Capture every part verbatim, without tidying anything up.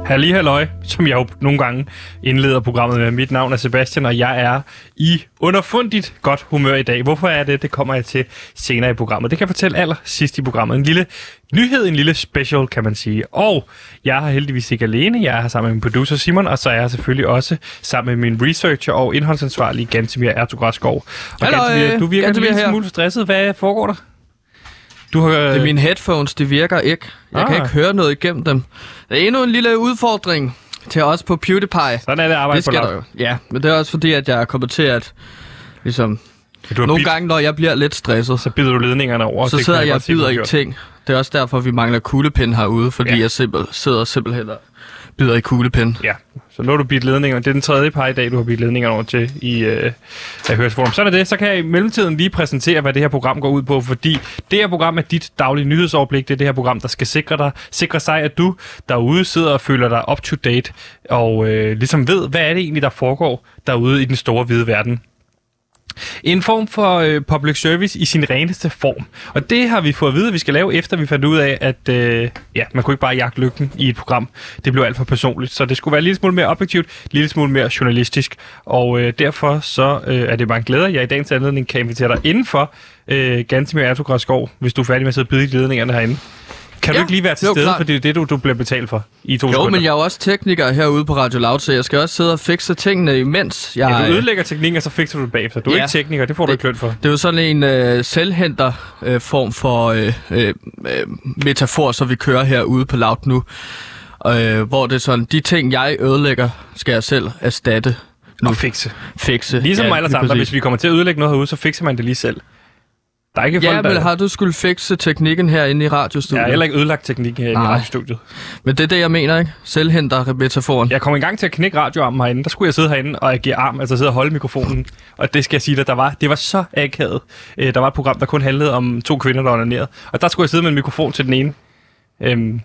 Halli halløj, som jeg jo nogle gange indleder programmet med. Mit navn er Sebastian, og jeg er i underfundigt godt humør i dag. Hvorfor er det? Det kommer jeg til senere i programmet. Det kan jeg fortælle aller sidst i programmet. En lille nyhed, en lille special, kan man sige. Og jeg er heldigvis ikke alene. Jeg er her sammen med min producer Simon, og så er jeg selvfølgelig også sammen med min researcher og indholdsansvarlige Gantemir Ertugrasgaard. Og Gantemir, du virker en lille smule stresset. Hvad foregår der? Du har, det er mine headphones, det virker ikke. Jeg ah. kan ikke høre noget igennem dem. Det er endnu en lille udfordring til os på PewDiePie. Sådan er det arbejde på lav. Ja, men det er også fordi, at jeg er kommet til at... Ligesom, nogle bit... gange, når jeg bliver lidt stresset... Så bider du ledningerne over. Så sidder jeg og bider i ting. Det er også derfor, vi mangler kuglepind herude, fordi ja. jeg simpel, sidder simpelthen og bider i kuglepind. Ja, så nu har du bidt ledningerne. Det er den tredje par i dag, du har bidt ledningerne over til i øh, Hørsforum. Sådan er det. Så kan jeg i mellemtiden lige præsentere, hvad det her program går ud på, fordi det her program er dit daglige nyhedsoverblik. Det er det her program, der skal sikre dig, sikre sig, at du derude sidder og føler dig up to date, og øh, ligesom ved, hvad er det egentlig, der foregår derude i den store hvide verden. En form for øh, public service i sin reneste form. Og det har vi fået at vide, at vi skal lave, efter vi fandt ud af, at øh, ja, man kunne ikke bare jagte lykken i et program. Det blev alt for personligt. Så det skulle være en lille smule mere objektivt, en lille smule mere journalistisk. Og øh, derfor så øh, er det bare en glæde, at jeg i dagens anledning kan invitere dig indenfor øh, Gantemir Ertugrasgaard, hvis du er færdig med at sidde og bide i ledningerne herinde. Kan ja, du ikke lige være til stede, for det er det, du, du bliver betalt for i to jo, sekunder? Jo, men jeg er jo også tekniker herude på Radio Loud, så jeg skal også sidde og fikse tingene imens jeg... Ja, du ødelægger teknikken, og så fikser du det bagefter. Du er ja, ikke tekniker, det får du ikke løn for. Det er jo sådan en øh, selvhenter-form øh, for øh, øh, metafor, så vi kører herude på Loud nu. Øh, hvor det er sådan, de ting, jeg ødelægger, skal jeg selv erstatte nu. Og fikse. Fikse. Ligesom ja, mig eller sammen, hvis vi kommer til at ødelægge noget herude, så fikser man det lige selv. Der er ikke ja, folk, men der... har du skulle fikse teknikken herinde i radiostudiet? Jeg har heller ikke ødelagt teknikken herinde Nej. i radiostudiet. Men det er det, jeg mener, ikke? Selvhenter-metaforen. Jeg kom i gang til at knække radioarmen herinde. Der skulle jeg sidde herinde og agere arm, altså sidde og holde mikrofonen. Og det skal jeg sige dig, der var, det var så akavet. Øh, der var et program, der kun handlede om to kvinder, der onanerede. Og der skulle jeg sidde med en mikrofon til den ene. Øhm...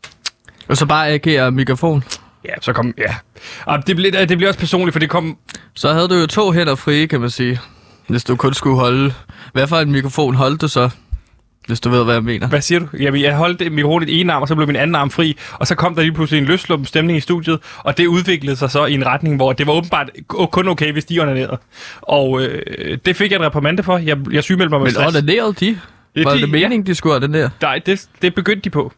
Og så bare agere mikrofon? Ja, så kom... Ja. Og det blev, det blev også personligt, for det kom... Så havde du jo to hænder frie, kan man sige. Hvis du kun skulle holde... Hvad for en mikrofon holdt du så? Hvis du ved, hvad jeg mener. Hvad siger du? Jamen, jeg holdt mikrofonen i en arm, og så blev min anden arm fri. Og så kom der lige pludselig en løsluppen stemning i studiet. Og det udviklede sig så i en retning, hvor det var åbenbart kun okay, hvis de onanerede. Og øh, det fik jeg en reprimande for. Jeg, jeg sygemeldte mig med stress. Men onanerede de? Var de, det meningen, ja. de skulle onanere? Nej, det, det begyndte de på.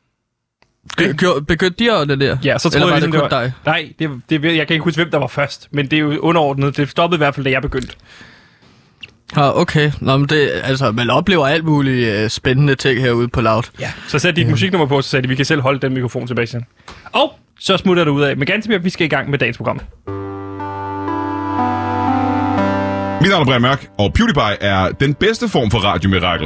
Det... Begyndte de at onanere? Ja, så troede Eller var jeg, det, ligesom, det var... dig? Nej, det, det, jeg kan ikke huske, hvem der var først. Men det er jo underordnet. Det stoppede i hvert fald, da jeg begyndte. Ah, okay. Nå, men det, altså, man oplever alt muligt uh, spændende ting herude på Loud. Ja. Så satte de et ja. musiknummer på, så sagde de, vi kan selv holde den mikrofon, Sebastian. Og så smutter det ud af. Men ganske mere, vi skal i gang med dagens program. Mit navn er Brian Mørk, og PewDiePie er den bedste form for radiomirakel.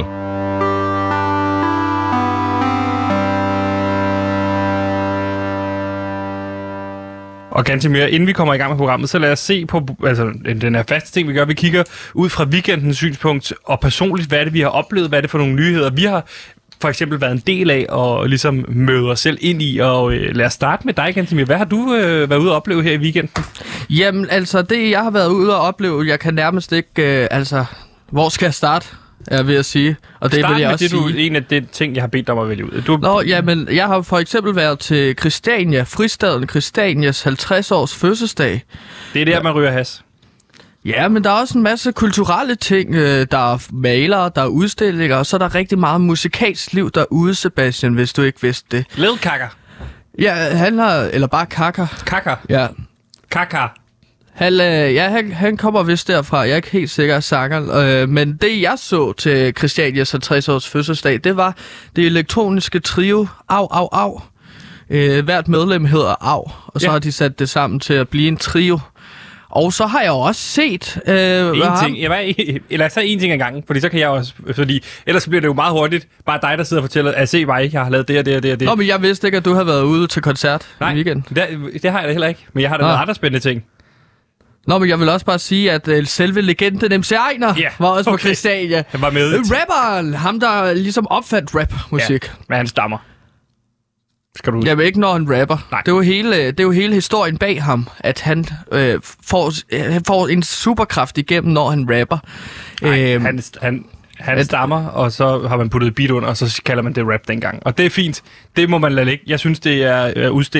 Og ganske mere, inden vi kommer i gang med programmet, så lad os se på altså, den her faste ting, vi gør. Vi kigger ud fra weekendens synspunkt, og personligt, hvad er det, vi har oplevet? Hvad er det for nogle nyheder? Vi har for eksempel været en del af og ligesom møde os selv ind i. Og øh, lad os starte med dig, Gantemir. Hvad har du øh, været ude og opleve her i weekenden? Jamen, altså, det jeg har været ude og opleve, jeg kan nærmest ikke... Øh, altså, hvor skal jeg starte? Er jeg ved at sige. Og det Start vil jeg med også det, du, sige. en af de ting, jeg har bedt dig om at vælge ud. Du... Nå, jamen, jeg har for eksempel været til Christiania, fristaden Christianias halvtreds års fødselsdag. Det er der, man ryger has. Ja, men der er også en masse kulturelle ting. Der er malere, der er udstillinger, og så er der rigtig meget musikalsk liv derude, Sebastian, hvis du ikke vidste det. Lil Kakker. Ja, han har... Eller bare Kakker. Kakker? Ja. Kakker. Han, øh, ja, han, han kommer vist derfra. Jeg er ikke helt sikker af sangeren. Øh, men det, jeg så til Christianias halvtreds års fødselsdag, det var det elektroniske trio Au, Au, Au. Øh, hvert medlem hedder Au, og så ja. har de sat det sammen til at blive en trio. Og så har jeg jo også set... Øh, en ting. Jeg var, eller så en ting ad gangen, fordi så kan jeg også... Fordi ellers bliver det jo meget hurtigt. Bare dig, der sidder og fortæller, at se mig, jeg har lavet det og det og det og det. Nå, men jeg vidste ikke, at du havde været ude til koncert Nej, i weekenden. Nej, det, det har jeg da heller ikke. Men jeg har da været andre spændende ting. Nå, men jeg vil også bare sige, at uh, selve legenden M C Ejner yeah, var også okay. på Christiania. Han var med. Rapperen, ham der ligesom opfandt rap-musik. Ja, men han stammer. Skal du... Jamen ikke når han rapper. Nej. Det er jo hele, det er jo hele historien bag ham, at han øh, får, øh, får en superkraft igennem, når han rapper. Nej, øhm, han, han, han at, stammer, og så har man puttet et beat under, og så kalder man det rap dengang. Og det er fint. Det må man lade ligge. Jeg synes, det er øh, udstillet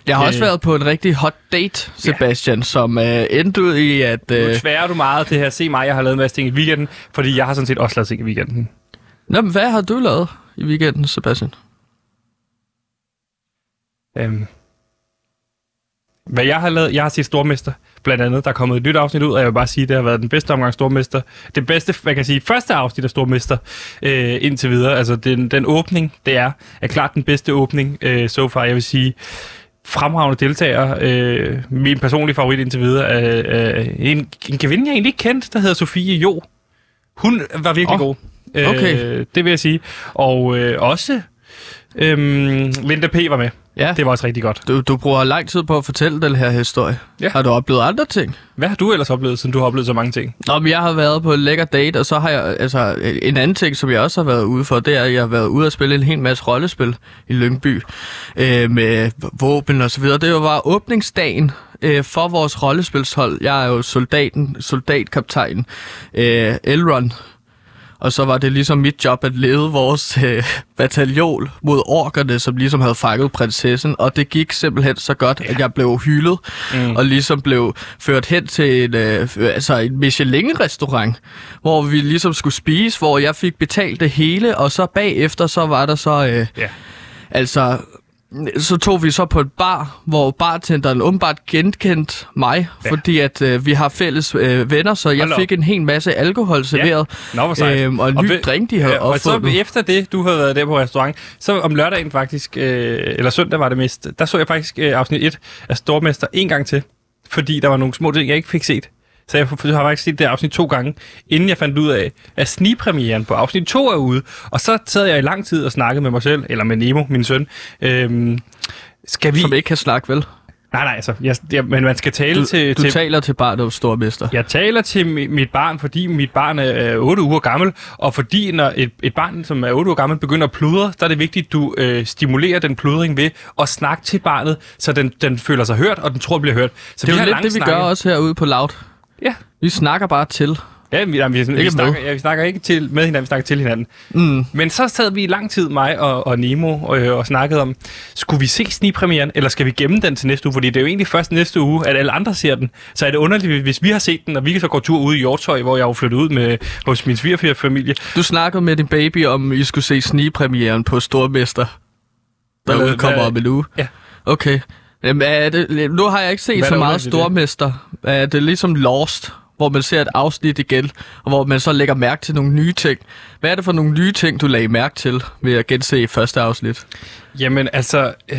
Jeg har også Øh. været på en rigtig hot date, Sebastian, ja. som øh, endte ud i, at... Nu Øh... tværer du meget det her, se mig, jeg har lavet en masse ting i weekenden, fordi jeg har sådan set også lavet ting i weekenden. Nå, men hvad har du lavet i weekenden, Sebastian? Øhm. Hvad jeg har lavet, jeg har set Stormester, blandt andet. Der er kommet et nyt afsnit ud, og jeg vil bare sige, at det har været den bedste omgang Stormester. Det bedste, man kan sige, første afsnit af Stormester øh, indtil videre. Altså, den, den åbning, det er, er klart den bedste åbning øh, so far. Jeg vil sige, fremragende deltagere. Øh, min personlige favorit indtil videre er øh, en, en kvinde, jeg egentlig ikke kendte, der hedder Sofie Jo. Hun var virkelig oh, god. Okay. Øh, det vil jeg sige. Og øh, også øh, Linda P. var med. Ja. Det var også rigtig godt. Du, du bruger lang tid på at fortælle den her historie. Ja. Har du oplevet andre ting? Hvad har du ellers oplevet, siden du har oplevet så mange ting? Nå, men jeg har været på en lækker date, og så har jeg... Altså, en anden ting, som jeg også har været ude for, det er, at jeg har været ude og spille en hel masse rollespil i Lyngby. Øh, med våben og så videre. Det var åbningsdagen øh, for vores rollespilshold. Jeg er jo soldaten, soldatkaptajnen, øh, Elrond. Og så var det ligesom mit job at lede vores øh, bataljon mod orkerne, som ligesom havde fanget prinsessen. Og det gik simpelthen så godt, ja. at jeg blev hyldet, mm. og ligesom blev ført hen til en, øh, altså en Michelin-restaurant, hvor vi ligesom skulle spise, hvor jeg fik betalt det hele, og så bagefter så var der så... Øh, ja. Altså... Så tog vi så på et bar, hvor bartenderen åbenbart genkendte mig, ja. fordi at øh, vi har fælles øh, venner, så jeg fik en hel masse alkohol serveret, ja. Nå, øhm, og en ny drink, de havde ja, opfundet. Og så efter det, du havde været der på restaurant, så om lørdagen faktisk, øh, eller søndag var det mest, der så jeg faktisk øh, afsnit et af Stormester en gang til, fordi der var nogle små ting, jeg ikke fik set. Så jeg har faktisk set det afsnit to gange, inden jeg fandt ud af, at snigpremieren på afsnit to er ude. Og så sad jeg i lang tid og snakkede med mig selv, eller med Nemo, min søn. Øhm, skal vi... Som ikke kan snakke, vel? Nej, nej, altså, jeg, jeg, men man skal tale du, til... Du til... taler til barnet, Stormester. Jeg taler til mi, mit barn, fordi mit barn er otte uger gammel, og fordi når et, et barn, som er otte uger gammel, begynder at pludre, så er det vigtigt, at du øh, stimulerer den pludring ved at snakke til barnet, så den, den føler sig hørt, og den tror, den bliver hørt. Så det er vi jo har lidt det, vi snakke. gør også herude på Loud. Ja. Vi snakker bare til. Ja, vi, vi, vi, vi, snakker, ja, vi snakker ikke til, med hinanden, vi snakker til hinanden. Mm. Men så sad vi i lang tid, mig og, og Nemo, og, og snakkede om, skulle vi se snigpremieren, eller skal vi gemme den til næste uge? Fordi det er jo egentlig først næste uge, at alle andre ser den. Så er det underligt, hvis vi har set den, og vi kan så gå tur ude i Hjortøj, hvor jeg er flyttet ud med, hos min svigerfamilie. Du snakkede med din baby om, I skulle se snigpremieren på Stormester, der hvad, udkommer hvad, om en uge. Ja. Okay. Jamen, er det, nu har jeg ikke set hvad så meget Stormester. Er det ligesom Lost, hvor man ser et afsnit igen, og hvor man så lægger mærke til nogle nye ting? Hvad er det for nogle nye ting, du lagde mærke til ved at gense første afsnit? Jamen, altså... Øh,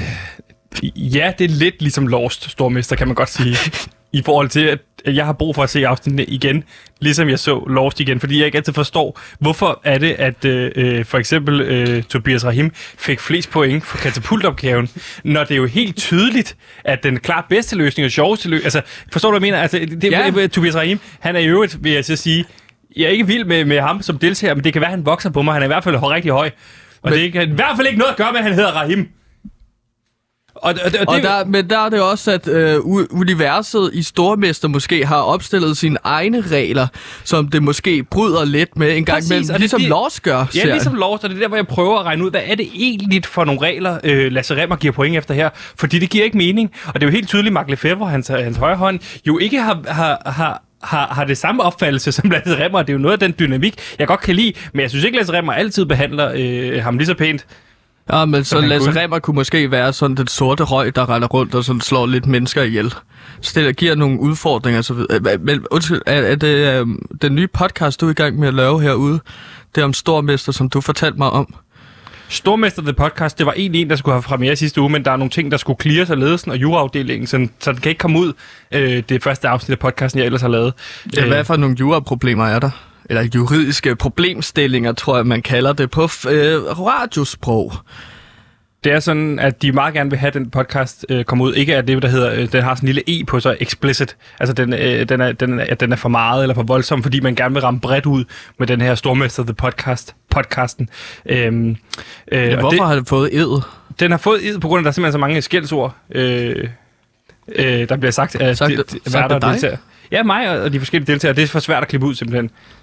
ja, det er lidt ligesom Lost, Stormester, kan man godt sige. I forhold til, at jeg har brug for at se afsnittene igen, ligesom jeg så Lost igen, fordi jeg ikke altid forstår, hvorfor er det, at øh, for eksempel øh, Tobias Rahim fik flest point for katapultopgaven, når det er jo helt tydeligt, at den klart bedste løsning og sjoveste løsning, altså forstår du, hvad jeg mener? Altså, det, ja. det, Tobias Rahim, han er i øvrigt, vil jeg så sige, jeg er ikke vild med, med ham som deltager, men det kan være, at han vokser på mig, han er i hvert fald rigtig høj, og men, det kan i hvert fald ikke noget at gøre med, at han hedder Rahim. Og, og, og, og det, der, men der er det også, at øh, universet i Stormester måske har opstillet sine egne regler, som det måske bryder lidt med en gang imellem, ligesom det, Lost gør. Ja, ligesom Lost, og det er der, hvor jeg prøver at regne ud, hvad er det egentlig for nogle regler, øh, Lasse Remmer giver point efter her, fordi det giver ikke mening, og det er jo helt tydeligt, Mark Lefebvre, hans, hans højre hånd, jo ikke har... har, har Har, har det samme opfattelse som Lasse Remmer. Det er jo noget af den dynamik, jeg godt kan lide, men jeg synes ikke, Lasse Remmer altid behandler øh, ham lige så pænt. Ja, men så Lasse Remmer kunne måske være sådan den sorte røg, der render rundt og sådan slår lidt mennesker ihjel. Så det giver nogle udfordringer og så videre. Men undskyld, er, er det øh, den nye podcast, du er i gang med at lave herude? Det er om Stormester, som du fortalte mig om. Stormester The Podcast, det var egentlig en, der skulle have premiere sidste uge, men der er nogle ting, der skulle cleares af ledelsen og juraafdelingen, så, så den kan ikke komme ud, øh, det første afsnit af podcasten, jeg ellers har lavet. Ja, hvad for nogle juraproblemer er der? Eller juridiske problemstillinger, tror jeg, man kalder det på øh, radiosprog. Det er sådan, at de meget gerne vil have den podcast øh, komme ud. Ikke at det, der hedder, øh, den har sådan en lille e på sig, explicit. Altså, den, øh, den, er, den, er, den er for meget eller for voldsom, fordi man gerne vil ramme bredt ud med den her Stormester The Podcast, podcasten. Øhm, øh, ja, hvorfor det, har det fået ed? Den har fået ed, på grund af, at der er simpelthen så mange skældsord, øh, øh, der bliver sagt af sagt, de, de, sagt værter og deltagere. Ja, mig og de forskellige deltagere. Det er for svært at klippe ud, simpelthen.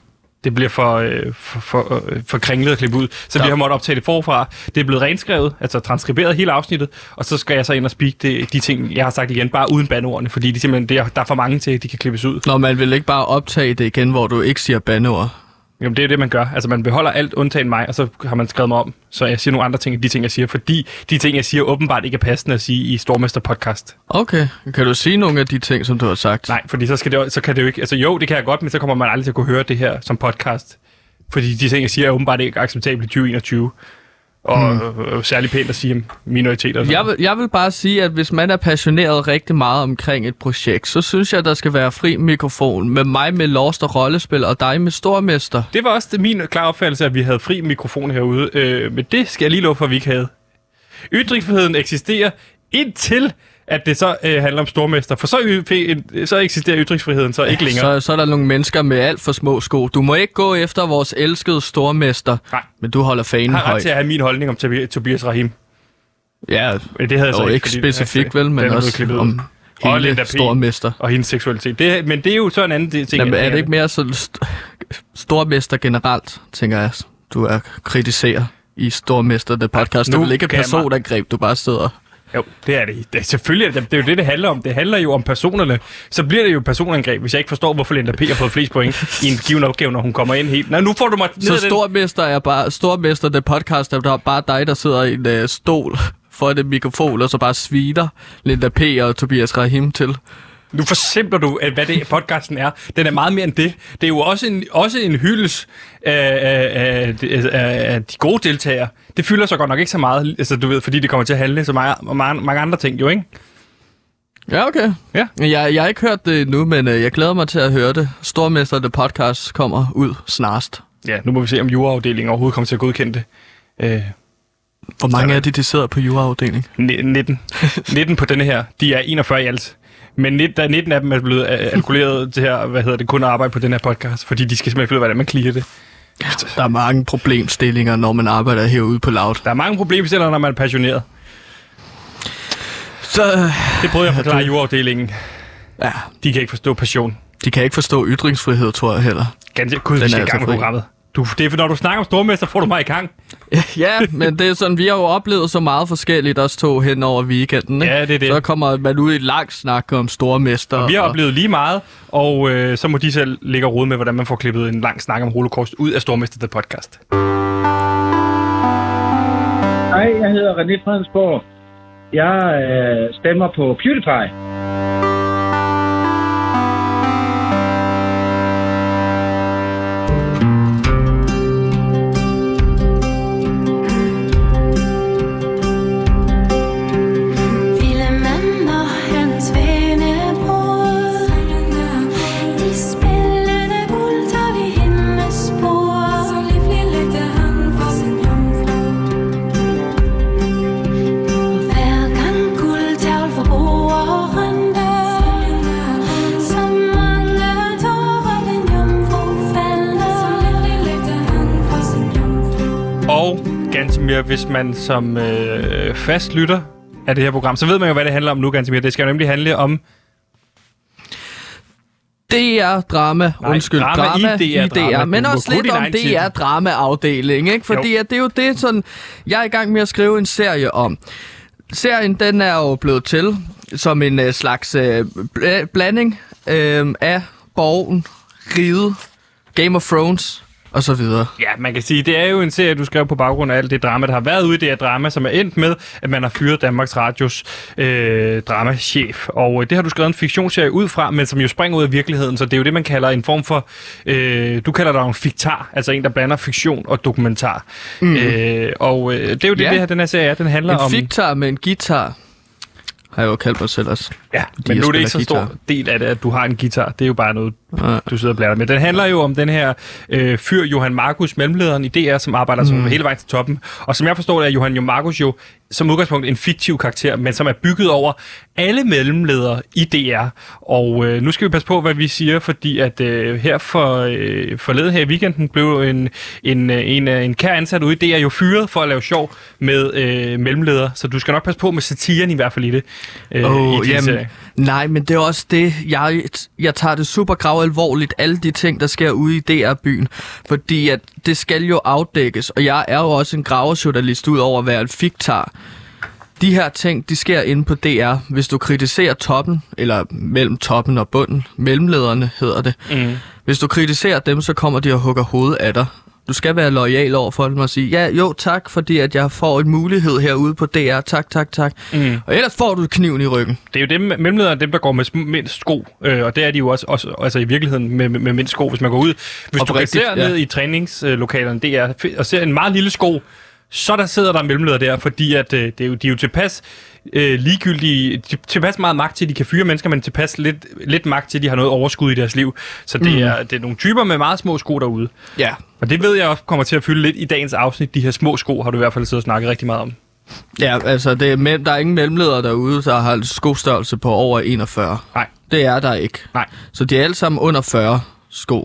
Det bliver for, øh, for, for, øh, for kringlet at klippe ud. Så Ja. vi har måttet optage det forfra. Det er blevet renskrevet, altså transkriberet hele afsnittet, og så skal jeg så ind og speak de, de ting, jeg har sagt igen, bare uden bandeordene, fordi de simpelthen, det er, der er for mange til, at de kan klippes ud. Når man vil ikke bare optage det igen, hvor du ikke siger bandeord. Jamen, det er det, man gør. Altså, man beholder alt undtagen mig, og så har man skrevet mig om. Så jeg siger nogle andre ting, end de ting, jeg siger, fordi de ting, jeg siger, åbenbart ikke er passende at sige i Stormester Podcast. Okay. Kan du sige nogle af de ting, som du har sagt? Nej, fordi så, skal det, så kan det jo ikke... Altså, jo, det kan jeg godt, men så kommer man aldrig til at kunne høre det her som podcast. Fordi de ting, jeg siger, er åbenbart ikke acceptabelt i tyve enogtyve. Og hmm. øh, særlig pænt at sige om minoriteter. Og Jeg vil, jeg vil bare sige, at hvis man er passioneret rigtig meget omkring et projekt, så synes jeg, at der skal være fri mikrofon med mig med Lost og rollespil, og dig med Stormester. Det var også det, min klare opfattelse, at vi havde fri mikrofon herude. Øh, men det skal jeg lige love for, at vi ikke havde. Ytringsfriheden eksisterer indtil, at det så øh, handler om Stormester. For så, y- så eksisterer ytringsfriheden så ikke længere. Så, så er der nogle mennesker med alt for små sko. Du må ikke gå efter vores elskede Stormester, Nej. men du holder fanen Jeg har ret højt. til at have min holdning om Tobi- Tobias Rahim. Ja, Men det havde jeg så og ikke, ikke fordi- specifikt ja, vel, den men er blevet også klippet ud. om Og Linda hele P. Stormester. Og hendes seksualitet. Det, men det er jo så en anden ting. Jamen, er det end- ikke mere sådan st- Stormester generelt, tænker jeg, du er kritiserer i Stormester, det podcast. Nu Det er vel ikke et kan jeg mig- personangreb, du bare sidder... Jo, det er det. det er, selvfølgelig er det, det er jo det, det handler om. Det handler jo om personerne. Så bliver det jo personangreb, hvis jeg ikke forstår, hvorfor Linda P. har fået flest point i en given opgave, når hun kommer ind helt. Nå, nu får du mig ned Så ad den. Stormester er bare... Stormester, det podcast, er der bare dig, der sidder i en øh, stol for et mikrofon, og så bare sviner Linda P. og Tobias Rahim til. Nu forsimpler du, at hvad det podcasten er. Den er meget mere end det. Det er jo også en, også en hyldest af, af, af, af, af de gode deltagere. Det fylder så godt nok ikke så meget, altså, du ved, fordi det kommer til at handle så meget om mange, mange andre ting, jo, ikke? Ja, okay. Ja. Jeg, jeg har ikke hørt det endnu, men øh, jeg glæder mig til at høre det. Stormester, det podcast, kommer ud snarest. Ja, nu må vi se, om juraafdelingen overhovedet kommer til at godkende det. Øh, Hvor mange af de, de sidder på juraafdelingen? nitten. nitten på denne her. De er enogfyrre i alt. Men nitten, der er nitten af dem er blevet øh, alkoholeret til her, hvad hedder det, kun at arbejde på den her podcast, fordi de skal simpelthen finde ud af, hvordan man clearer det. Der er mange problemstillinger, når man arbejder herude på Loud. Der er mange problemstillinger, når man er passioneret. Så Det prøvede jeg at forklare i juraafdelingen. ja, De kan ikke forstå passion. de kan ikke forstå ytringsfrihed, tror jeg heller. Ganske, gud, Den vi skal er i gang altså med fri. programmet. Du, det er, for når du snakker om Stormester, får du mig i gang. Ja, men det er sådan, vi har jo oplevet så meget forskelligt, os to hen over weekenden. Ikke? Ja, det er det. Så kommer man ud i et langt snak om Stormester. Og vi har oplevet lige meget, og øh, så må de selv ligge og rode med, hvordan man får klippet en lang snak om Holocaust ud af Stormester The Podcast. Hej, jeg hedder René Fredensborg. Jeg øh, stemmer på PewDiePie. Ville mamma hans venebror De spillede guld tar vi hendes spor Så livlig lægte han for sin jomfru Og hver gang guldtavl for borderen der Så mange tårer den jomfru faldt Så livlig lægte han for sin jomfru Og Gantemir, hvis man som øh, fast lytter af det her program, så ved man jo, hvad det handler om nu, Gantemir. Det skal jo nemlig handle om... D R drama, Nej, undskyld, drama drama, i D R drama. D R, men Du må også bruge lidt din om egen D titel. R drama afdeling, ikke? Fordi Jo. at det er jo det sådan, jeg er i gang med at skrive en serie om. Serien, den er jo blevet til som en uh, slags uh, bl- blanding uh, af Borgen, Riget, Game of Thrones og så videre. Ja, man kan sige, det er jo en serie, du skrev på baggrund af alt det drama, der har været ude i det her drama, som er endt med, at man har fyret Danmarks Radios øh, dramachef. Og øh, det har du skrevet en fiktionsserie ud fra, men som jo springer ud af virkeligheden, så det er jo det, man kalder en form for... Øh, du kalder dig en fiktar, altså en, der blander fiktion og dokumentar. Mm. Øh, og øh, det er jo det, Ja. det her, den her serie er. Den handler En om... fiktar med en guitar, har jeg jo kaldt mig selv også. Ja, Fordi men jeg nu er det ikke spiller så stor guitar. del af det, at du har en guitar. Det er jo bare noget, Ja. du sidder og blander med. Den handler jo om den her øh, fyr, Johan Markus, mellemlederen i D R, som arbejder mm. hele vejen til toppen. Og som jeg forstår det, er Johan Markus jo som udgangspunkt en fiktiv karakter, men som er bygget over alle mellemledere i D R. Og øh, nu skal vi passe på, hvad vi siger, fordi at øh, her for øh, forleden her i weekenden blev en, en, en, en kær ansat ude i D R jo fyret for at lave sjov med øh, mellemledere. Så du skal nok passe på med satiren i hvert fald i det. Øh, Åh, i din jamen, serie. Nej, men det er også det, jeg, jeg tager det super grav alvorligt, alle de ting, der sker ude i D R-byen, fordi at det skal jo afdækkes, og jeg er jo også en gravejournalist ud over at være en fiktar. De her ting, de sker inde på D R. Hvis du kritiserer toppen, eller mellem toppen og bunden, mellemlederne hedder det. Mm. Hvis du kritiserer dem, så kommer de og hugger hovedet af dig. Du skal være loyal over for dem og sige, ja, jo, tak, fordi at jeg får en mulighed herude på D R. Tak, tak, tak. Mm. Og ellers får du kniven i ryggen. Det er jo dem, mellemlederne, dem, der går med mindst sko. Øh, og det er de jo også, også altså i virkeligheden med, med, med mindst sko, hvis man går ud. Hvis du ser ja. ned i træningslokalerne, det er, og ser en meget lille sko, så der sidder der en mellemleder der, fordi at, øh, det er jo, de er jo tilpas øh, ligegyldige, tilpas meget magt til, at de kan fyre mennesker, men tilpas lidt, lidt magt til, at de har noget overskud i deres liv. Så det, mm. er, det er nogle typer med meget små sko derude. Ja. Og det ved jeg også kommer til at fylde lidt i dagens afsnit. De her små sko har du i hvert fald siddet og snakket rigtig meget om. Ja, altså det er mellem, der er ingen mellemledere derude, der har skostørrelse på over enogfyrre. Nej. Det er der ikke. Nej. Så de er alle sammen under fyrre sko.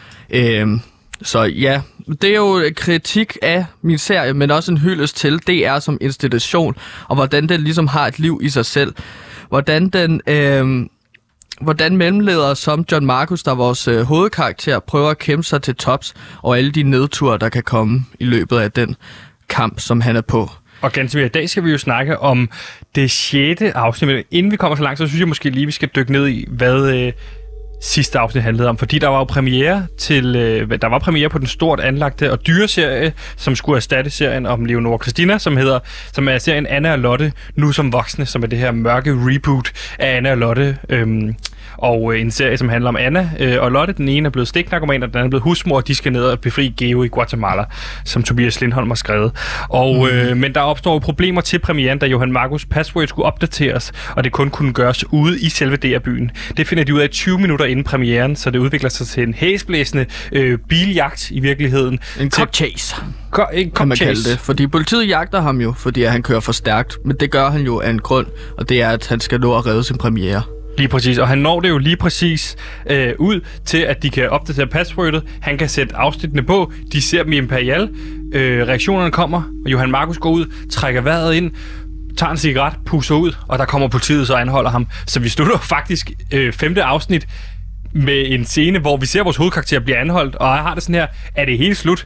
Øhm, så ja, det er jo en kritik af min serie, men også en hyldest til D R som institution, og hvordan den ligesom har et liv i sig selv. Hvordan den... Øhm, Hvordan mellemledere som John Markus, der er vores øh, hovedkarakter, prøver at kæmpe sig til tops, og alle de nedture, der kan komme i løbet af den kamp, som han er på. Og ganske i dag skal vi jo snakke om det sjette afsnit, men inden vi kommer så langt, så synes jeg måske lige, vi skal dykke ned i, hvad øh, sidste afsnit handlede om. Fordi der var jo premiere til, øh, der var premiere på den stort anlagte og dyre serie, som skulle erstatte serien om Leonora Christina, som hedder, som er serien Anna og Lotte, nu som voksne, som er det her mørke reboot af Anna og Lotte. Øhm, og øh, en serie, som handler om Anna øh, og Lotte. Den ene er blevet stiknarkoman, og den anden er blevet husmor, og de skal ned og befri Geo i Guatemala, som Tobias Lindholm har skrevet. Og, mm. øh, men der opstår jo problemer til premieren, da Johan Markus' password skulle opdateres, og det kun kunne gøres ude i selve D R-byen. Det finder de ud af tyve minutter inden premieren, så det udvikler sig til en hæsblæsende øh, biljagt i virkeligheden. En cop chase. Ko- en cop kan man chase. kalde det. Fordi politiet jagter ham jo, fordi han kører for stærkt. Men det gør han jo af en grund, og det er, at han skal nå at redde sin premiere. Lige præcis, og han når det jo lige præcis øh, ud til, at de kan opdatere passwordet. Han kan sætte afsnittene på, de ser dem i Imperial. Øh, reaktionerne kommer, og Johan Markus går ud, trækker vejret ind, tager en cigaret, pusser ud, og der kommer politiet så anholder ham. Så vi slutter faktisk øh, femte afsnit med en scene, hvor vi ser vores hovedkarakter blive anholdt, og jeg har det sådan her, er det helt slut?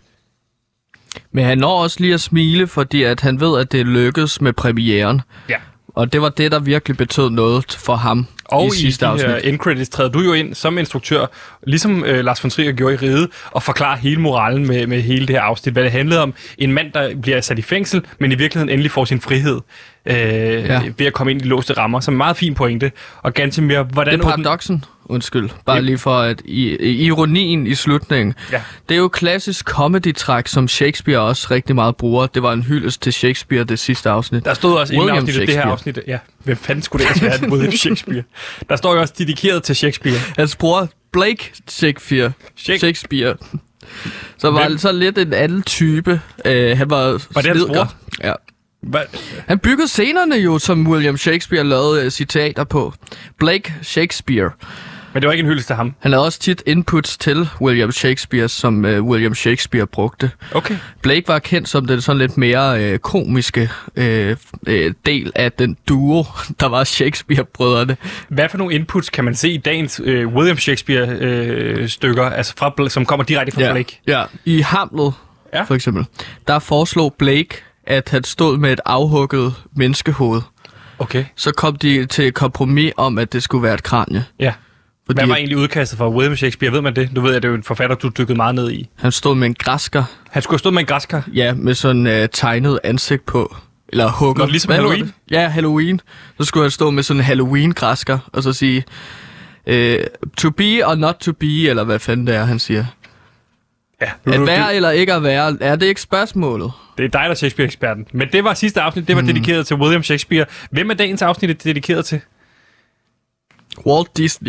Men han når også lige at smile, fordi at han ved, at det lykkedes med premieren. Ja. Og det var det, der virkelig betød noget for ham og i sidste afsnit. Og i end credits træder du jo ind som instruktør, ligesom øh, Lars von Trier gjorde i Ride, og forklarer hele moralen med, med hele det her afsnit. Hvad det handlede om. En mand, der bliver sat i fængsel, men i virkeligheden endelig får sin frihed øh, ja. ved at komme ind i de låste rammer. Så en meget fin pointe. Og ganske mere, hvordan... Det er paradoksen. Undskyld. Bare lige for at i, i, ironien i slutningen. Ja. Det er jo klassisk comedy-træk, som Shakespeare også rigtig meget bruger. Det var en hyldest til Shakespeare, det sidste afsnit. Der stod også i afsnit det her afsnit. Ja, hvem fanden skulle det være William Shakespeare? Der står jo også dedikeret til Shakespeare. Hans bror Blake Shakespeare. Shake. Shakespeare. Så var altså lidt en anden type. Uh, han var Var det hans bror? Ja. Hvad? Han byggede scenerne jo, som William Shakespeare lavede uh, citater på. Blake Shakespeare. Men det var ikke en hyldest til ham? Han havde også tit inputs til William Shakespeare, som uh, William Shakespeare brugte. Okay. Blake var kendt som den sådan lidt mere uh, komiske uh, uh, del af den duo, der var Shakespeare-brødrene. Hvad for nogle inputs kan man se i dagens uh, William Shakespeare-stykker, uh, altså fra, som kommer direkte fra ja. Blake? Ja, i Hamlet ja. for eksempel, der foreslog Blake, at han stod med et afhugget menneskehoved. Okay. Så kom de til et kompromis om, at det skulle være et kranie. Ja. Fordi hvad var egentlig udkastet for William Shakespeare? Ved man det? Du ved, at det er jo en forfatter, du dykkede meget ned i. Han stod med en græsker. Han skulle have stået med en græsker? Ja, med sådan uh, tegnet ansigt på. Eller hugger. Nå, ligesom hvad Halloween? Ja, Halloween. Så skulle han stå med sådan en Halloween-græsker, og så sige, uh, to be or not to be, eller hvad fanden det er, han siger. Ja. At være eller ikke at være, er det ikke spørgsmålet? Det er dig, der er Shakespeare-eksperten. Men det var sidste afsnit, det var mm. dedikeret til William Shakespeare. Hvem er dagens afsnit dedikeret til? Walt Disney.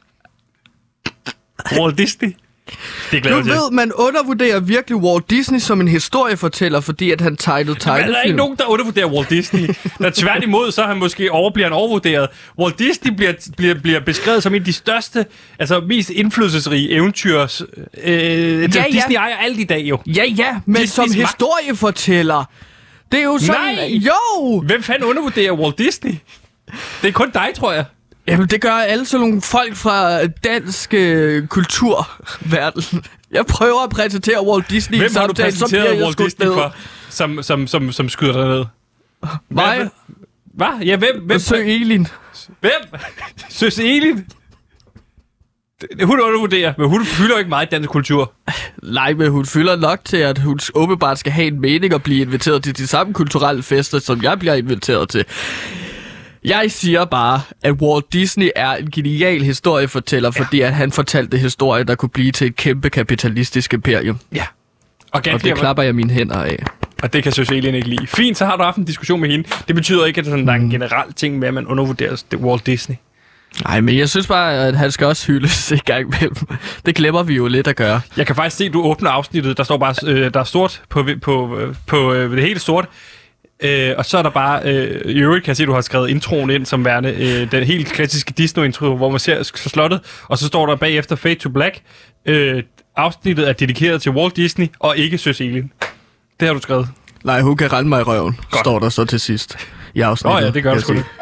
Walt Disney? Det du ved, man undervurderer virkelig Walt Disney som en historiefortæller, fordi at han tegnede tegnefilm. Der er ikke nogen, der undervurderer Walt Disney. Der tværtimod, så er han måske over, bliver han overvurderet. Walt Disney bliver, bliver, bliver beskrevet som en af de største, altså mest indflydelsesrige eventyrs. Øh, ja, Disney ja. ejer alt i dag jo. Ja, ja, men Disneys som historiefortæller. Det er jo sådan... Nej! Jo! Hvem fanden undervurderer Walt Disney? Det er kun dig, tror jeg. Jamen, det gør alle sådan nogle folk fra dansk øh, kulturverden. Jeg prøver at præsentere Walt Disney. Hvem har du præsenteret Walt Disney ned. for, som, som, som, som skyder dig ned? Mig Hvad? Ja, hvem? hvem og Sø Elin. Hvem? Søs Elin? Hun undervurderer, men hun fylder jo ikke meget i dansk kultur. Nej, men hun fylder nok til, at hun åbenbart skal have en mening og blive inviteret til de samme kulturelle fester, som jeg bliver inviteret til. Jeg siger bare, at Walt Disney er en genial historiefortæller, ja. fordi at han fortalte historier, der kunne blive til et kæmpe kapitalistisk imperium. Ja. Og, og det klapper jeg mine hænder af. Og det kan Søs Elin ikke lide. Fint, så har du haft en diskussion med hende. Det betyder ikke, at sådan, der er en generel ting med, at man undervurderer Walt Disney. Nej, men jeg synes bare, at han skal også hyldes i gang imellem. Det glemmer vi jo lidt at gøre. Jeg kan faktisk se, at du åbner afsnittet. Der står bare, øh, der er stort på, på, på øh, det hele sort. Øh, og så er der bare, øh, i øvrigt kan jeg se, at du har skrevet introen ind som værende øh, den helt klassiske Disney-intro, hvor man ser slottet. Og så står der bagefter Fade to Black. Øh, afsnittet er dedikeret til Walt Disney og ikke Søs Elin. Det har du skrevet. Nej, hun kan rende mig i røven, Godt. står der så til sidst i afsnittet. Åh oh, ja, det gør du sgu det.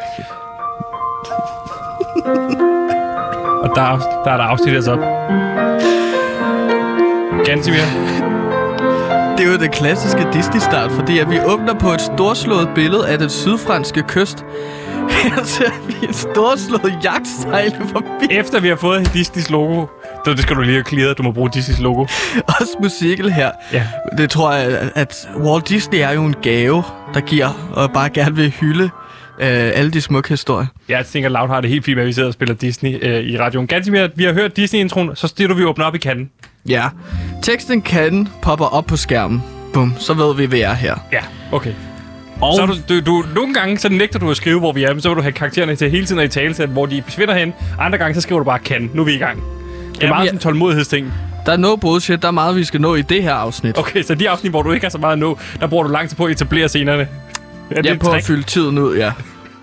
Og der er, der er der afsnit altså op. Gansimir. Det er jo det klassiske Disney-start, fordi at vi åbner på et storslået billede af den sydfranske kyst. Her ser vi en storslået jagt sejle forbi. Efter vi har fået Disneys logo, det skal du lige have clearet, du må bruge Disneys logo. Også musikken her. Ja. Det tror jeg, at Walt Disney er jo en gave, der giver og bare gerne vil hylde øh, alle de smukke historier. Jeg tænker, Loud har det helt fint med, at vi sidder og spiller Disney øh, i radioen. Gansimir, vi har hørt Disney-introen, så stiller vi åbner op i kanden. Ja. Teksten kan popper op på skærmen. Bum, så ved vi, hvad vi er her. Ja, okay. Og så er du, du, du, nogle gange så nægter du at skrive, hvor vi er, men så vil du have karaktererne til hele tiden at i talesæt, hvor de forsvinder hen. Andre gange, så skriver du bare kan. Nu er vi i gang. Det er Jamen, meget jeg... sådan en tålmodighedsting. Der er no bullshit. Der er meget, vi skal nå i det her afsnit. Okay, så de afsnit, hvor du ikke har så meget at nå, der bruger du lang tid på at etablere scenerne. Er det Jeg er på at fylde tiden ud, ja.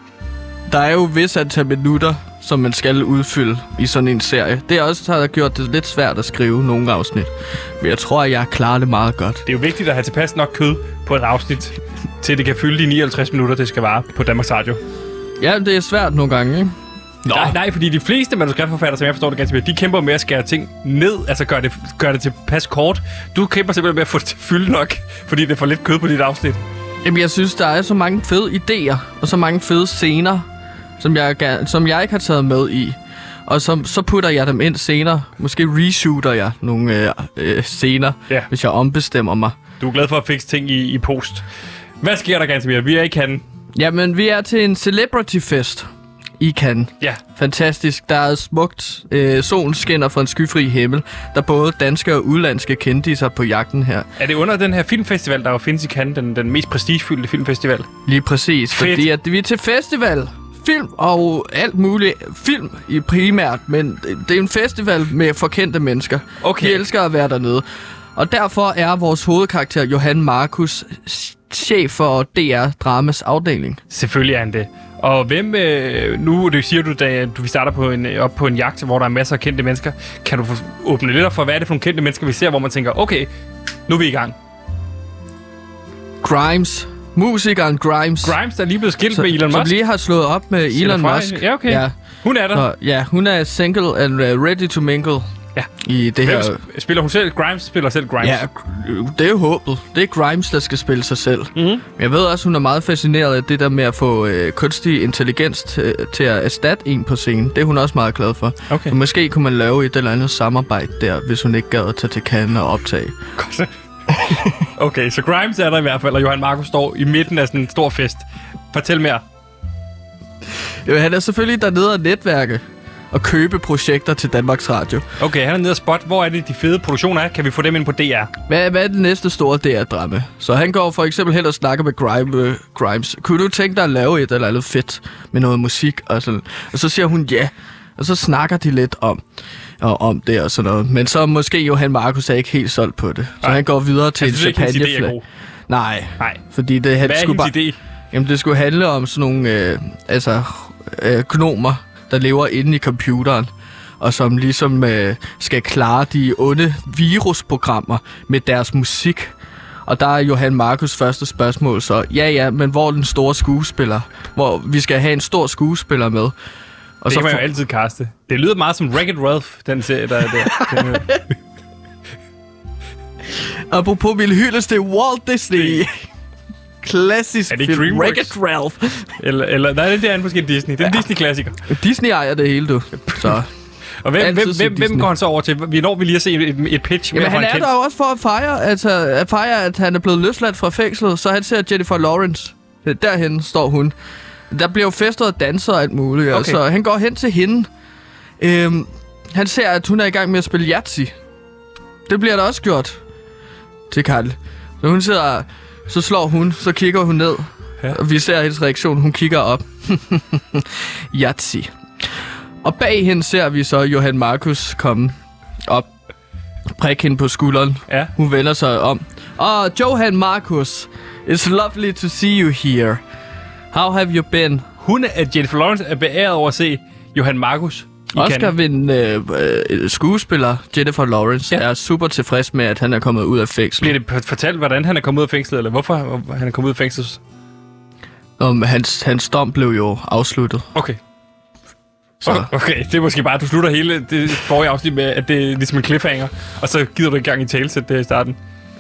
Der er jo vis antal minutter, som man skal udfylde i sådan en serie. Det er også, der har gjort det lidt svært at skrive nogle afsnit. Men jeg tror, at jeg klarer det meget godt. Det er jo vigtigt at have tilpas nok kød på et afsnit, til det kan fylde de nioghalvtreds minutter, det skal vare på Danmarks Radio. Ja, det er svært nogle gange, ikke? Nå. Nej, nej, fordi de fleste manuskriptforfattere, som jeg forstår det ganske vel, de kæmper med at skære ting ned, altså gøre det, gør det tilpas kort. Du kæmper simpelthen med at få det til fylde nok, fordi det er for lidt kød på dit afsnit. Jamen, jeg synes, der er så mange fede idéer, og så mange fede scener, som jeg, som jeg ikke har taget med i. Og så, så putter jeg dem ind senere. Måske reshooter jeg nogle øh, øh, scener, ja. hvis jeg ombestemmer mig. Du er glad for at fikse ting i, i post. Hvad sker der, Gansimir? Vi er i Cannes. Jamen, vi er til en celebrity fest i Cannes. Ja. Fantastisk. Der er smukt. Øh, solen skinner fra en skyfri himmel. Der er både danske og udlandske kendiser på jagten her. Er det under den her filmfestival, der jo findes i Cannes, den, den mest prestigefyldte filmfestival? Lige præcis. Fedt. Fordi at vi er til festival. Film og alt muligt. Film i primært, men det er en festival med forkendte mennesker. Okay. De elsker at være dernede. Og derfor er vores hovedkarakter, Johan Markus, chef for D R Dramas afdeling. Selvfølgelig er han det. Og hvem, øh, nu det siger du, da du, vi starter på en, op på en jagt, hvor der er masser af kendte mennesker. Kan du få, åbne lidt op for, hvad er det for nogle kendte mennesker, vi ser, hvor man tænker, okay, nu er vi i gang. Grimes. Musikeren Grimes. Grimes, der er lige blevet skilt så, med Elon Musk. Som lige har slået op med Elon Musk. Ja, okay. Ja. Hun er der. Så, ja, hun er single and uh, ready to mingle. Ja. I det Hvem her... sp- spiller hun selv? Grimes spiller selv Grimes. Ja, det er jo håbet. Det er Grimes, der skal spille sig selv. Mm-hmm. Men jeg ved også, hun er meget fascineret af det der med at få øh, kunstig intelligens til, til at erstatte en på scenen. Det er hun også meget glad for. Okay. Så måske kunne man lave et eller andet samarbejde der, hvis hun ikke gad at tage til Cannes og optage. Godt. Okay, så Grimes er der i hvert fald, og Johan Markus står i midten af sådan en stor fest. Fortæl mere. Jo, han er selvfølgelig dernede og netværke og købe projekter til Danmarks Radio. Okay, han er nede og spot. Hvor er det, de fede produktioner er? Kan vi få dem ind på D R? Hvad, hvad er det næste store D R-drama? Så han går for eksempel hen og snakker med Grime, øh, Grimes. Kunne du tænke dig at lave et eller andet fedt med noget musik? Og, sådan. Og så siger hun ja. Og så snakker de lidt om, og om det og sådan noget. Men så måske Johan Markus er ikke helt solgt på det. Så Ej. han går videre til Jeg en synes ikke, hendes idé er champagneflag. god. Nej, Nej. fordi det, han Hvad er skulle hendes bare, idé? jamen, det skulle handle om sådan nogle øh, altså, øh, gnomer, der lever inde i computeren, og som ligesom øh, skal klare de onde virusprogrammer med deres musik. Og der er Johan Markus' første spørgsmål så, ja ja, men hvor er den store skuespiller? Hvor vi skal have en stor skuespiller med. Og det så kan man jo får- altid kaste. Det lyder meget som Wreck-It Ralph, den serie, der er der. Den, øh, Apropos min hyldest, det er Walt Disney. Klassisk Er det ikke film. DreamWorks? Wreck-It Ralph. eller, eller, nej, det er måske Disney. Det er en Disney-klassiker. Disney ejer det hele, du. Så. Og hvem, Altid hvem, set hvem, hvem Disney. går han så over til? Vi når vi lige at se et, et pitch mere Jamen, fra han en er kendt. der jo også for at fejre, altså, at fejre, at han er blevet løsladt fra fængslet, så han ser Jennifer Lawrence. Derhen står hun. Der bliver jo festet og danser og alt muligt, okay. Altså, han går hen til hende. Øhm, han ser, at hun er i gang med at spille Yahtzee. Det bliver der også gjort til Karl. Så hun sidder, så slår hun, så kigger hun ned. Ja. Og vi ser hendes reaktion, hun kigger op. Yahtzee. Og bag hende ser vi så Johan Marcus komme op. Prik hende på skulderen. Ja. Hun vender sig om. Oh, Johan Marcus, it's lovely to see you here. How have you been? Hun er, Jennifer Lawrence er beæret over at se Johan Marcus i Cannes. Oscar-vindende øh, skuespiller Jennifer Lawrence Ja. ja. er super tilfreds med, at han er kommet ud af fængsel. Bliver det fortalt, hvordan han er kommet ud af fængslet, eller hvorfor han er kommet ud af fængslet? Om hans, hans dom blev jo afsluttet. Okay. Så. Okay, det er måske bare, at du slutter hele det forrige afsnit med, at det er ligesom en cliffhanger, og så gider du ikke gang i talesæt det i starten.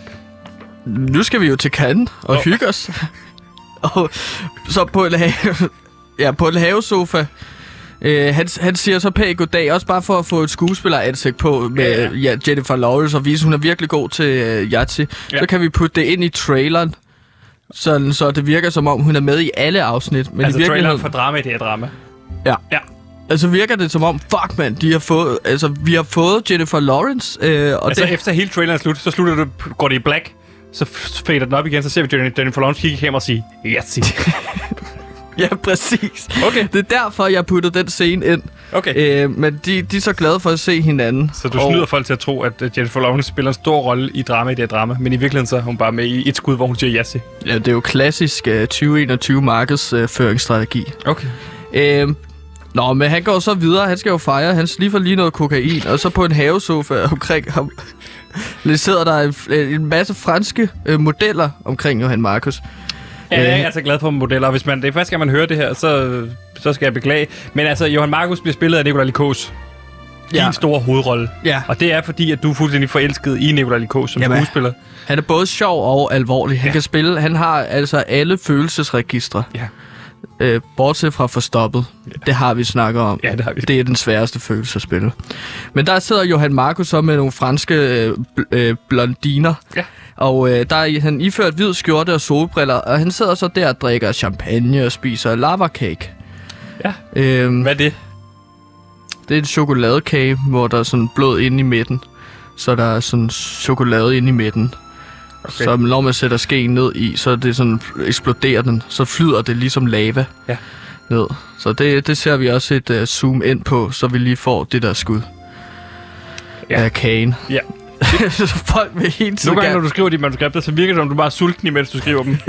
Nu skal vi jo til Cannes og Nå. hygge os. Og så på en, have, ja, på en havesofa. Øh, han, han siger så pænt goddag, også bare for at få et skuespilleransigt på med Ja, ja. ja, Jennifer Lawrence og vise, hun er virkelig god til uh, Yahtzee. Ja. Så kan vi putte det ind i traileren, sådan, så det virker som om, hun er med i alle afsnit. Men Altså i traileren virkeligheden, for drama i det her drama. ja. Ja. Altså virker det som om, fuck man, de har fået, altså vi har fået Jennifer Lawrence, øh, og Altså det, efter hele traileren er slut, så slutter det, går det i black, så f- fader den op igen, så ser vi Jennifer Lawrence kigge i kameraet og sige, yes. ja, præcis. Okay. Det er derfor, jeg puttede den scene ind. Okay. Øh, men de, de er så glade for at se hinanden. Så du Og- snyder folk til at tro, at uh, Jennifer Lawrence spiller en stor rolle i drama i det her drama, men i virkeligheden så er hun bare med i et skud, hvor hun siger yes. Ja, det er jo klassisk uh, tyve enogtyve markedsføringsstrategi. Okay. Øh, nå, men han går så videre. Han skal jo fejre. Han sniffer lige noget kokain. Og så på en havesofa omkring ham der sidder der en, en masse franske øh, modeller omkring Johan Marcus. Ja, jeg er altså glad for modeller, og hvis man, det er første gang, man hører det her, så, så skal jeg beklage. Men altså, Johan Marcus bliver spillet af Nicolai Likos. Ja. Din store hovedrolle. Ja. Og det er fordi, at du er fuldstændig forelsket i Nicolai Likos som Jamen. skuespiller. Han er både sjov og alvorlig. Han Ja. kan spille. Han har altså alle følelsesregistre. Ja. Øh, bortset fra forstoppet. Ja. Det har vi snakket om. Ja, det har vi. Det er den sværeste følelse at spille. Men der sidder Johan Marcus så med nogle franske øh, bl- øh, blondiner. Ja. Og øh, der er han iført hvid skjorte og solbriller. Og han sidder så der og drikker champagne og spiser lava cake. Ja. Øhm, Hvad er det? det er en chokoladekage, hvor der er sådan blod inde i midten. Så der er sådan chokolade inde i midten. Okay. Så når man sætter skeen ned i, så det sådan eksploderer den. Så flyder det ligesom lava Ja. ned. Så det, det ser vi også et uh, zoom ind på, så vi lige får det der skud Ja. af kagen. Ja. Så folk vil hele tiden Nogle gange, når gerne... du skriver de manuskripter, så virker det som, du bare er sulten, imens du skriver dem.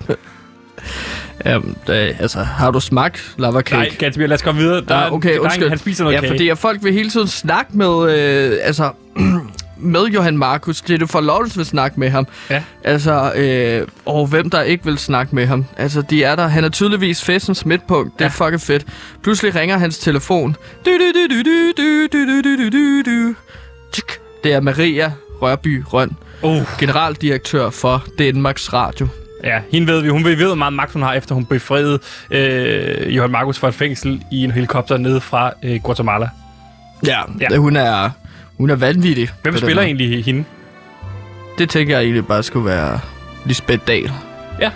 Jamen, det, altså, har du smagt lava cake? Nej, Gatsby, lad os komme videre. Der, Ja, er- okay, der er en, undskyld. han spiser noget Ja, kage. fordi at folk vil hele tiden snakke med, øh, altså, med Johan Marcus. Jennifer Lawrence vil snakke med ham. Ja. Altså, øh, og hvem der ikke vil snakke med ham. Altså, de er der. Han er tydeligvis festens midtpunkt. Det er Ja. fucking fedt. Pludselig ringer hans telefon. Du, du, du, du, du, du, du, du, du, du. Tsk. Det er Maria Rørby Røn, Uh, generaldirektør for Danmarks Radio. ja, hende ved vi. Hun ved, ved, hvor meget magt hun har, efter hun befriede øh, Johan Marcus fra et fængsel i en helikopter nede fra øh, Guatemala. Ja, Ja. ja. Hun er, hun er vanvittig. Hvem på den spiller måde. egentlig hende? Det tænker jeg egentlig bare skulle være Lisbeth Dahl. Ja.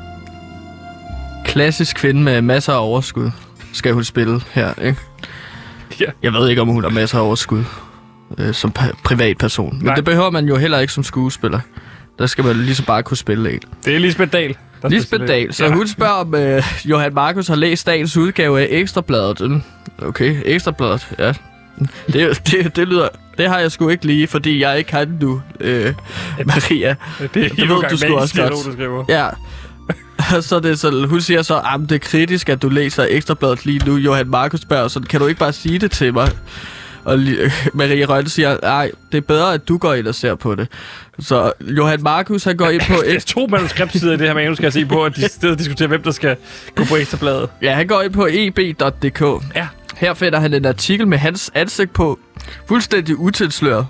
Klassisk kvinde med masser af overskud, skal hun spille her, ikke? Ja. Jeg ved ikke, om hun har masser af overskud øh, som pa- privatperson. Men Nej. det behøver man jo heller ikke som skuespiller. Der skal man ligesom bare kunne spille en. Det er Lisbeth Dahl. der skal Lisbeth spille- Dahl. Så Ja. hun spørger, om øh, Johan Marcus har læst dagens udgave af Ekstrabladet. Mm, Okay, Ekstrabladet, ja. Det, det, det lyder... Det har jeg sgu ikke lige, fordi jeg ikke kan det nu, øh, Maria. Det er ved du sgu også godt. Du skriver. Ja. Så det er så, hun siger så, at det er kritisk, at du læser Ekstrabladet lige nu. Johan Marcus spørger, så kan du ikke bare sige det til mig? Og Marie Rønne siger, nej, det er bedre, at du går ind og ser på det. Så Johan Markus, han går ind på... Der er to manuskriptsider i det her manus, skal jeg se på, at de steder diskuterer, hvem der skal gå på Ekstrabladet. Ja, han går ind på e b punktum d k. Ja. Her finder han en artikel med hans ansigt på, fuldstændig utilsløret.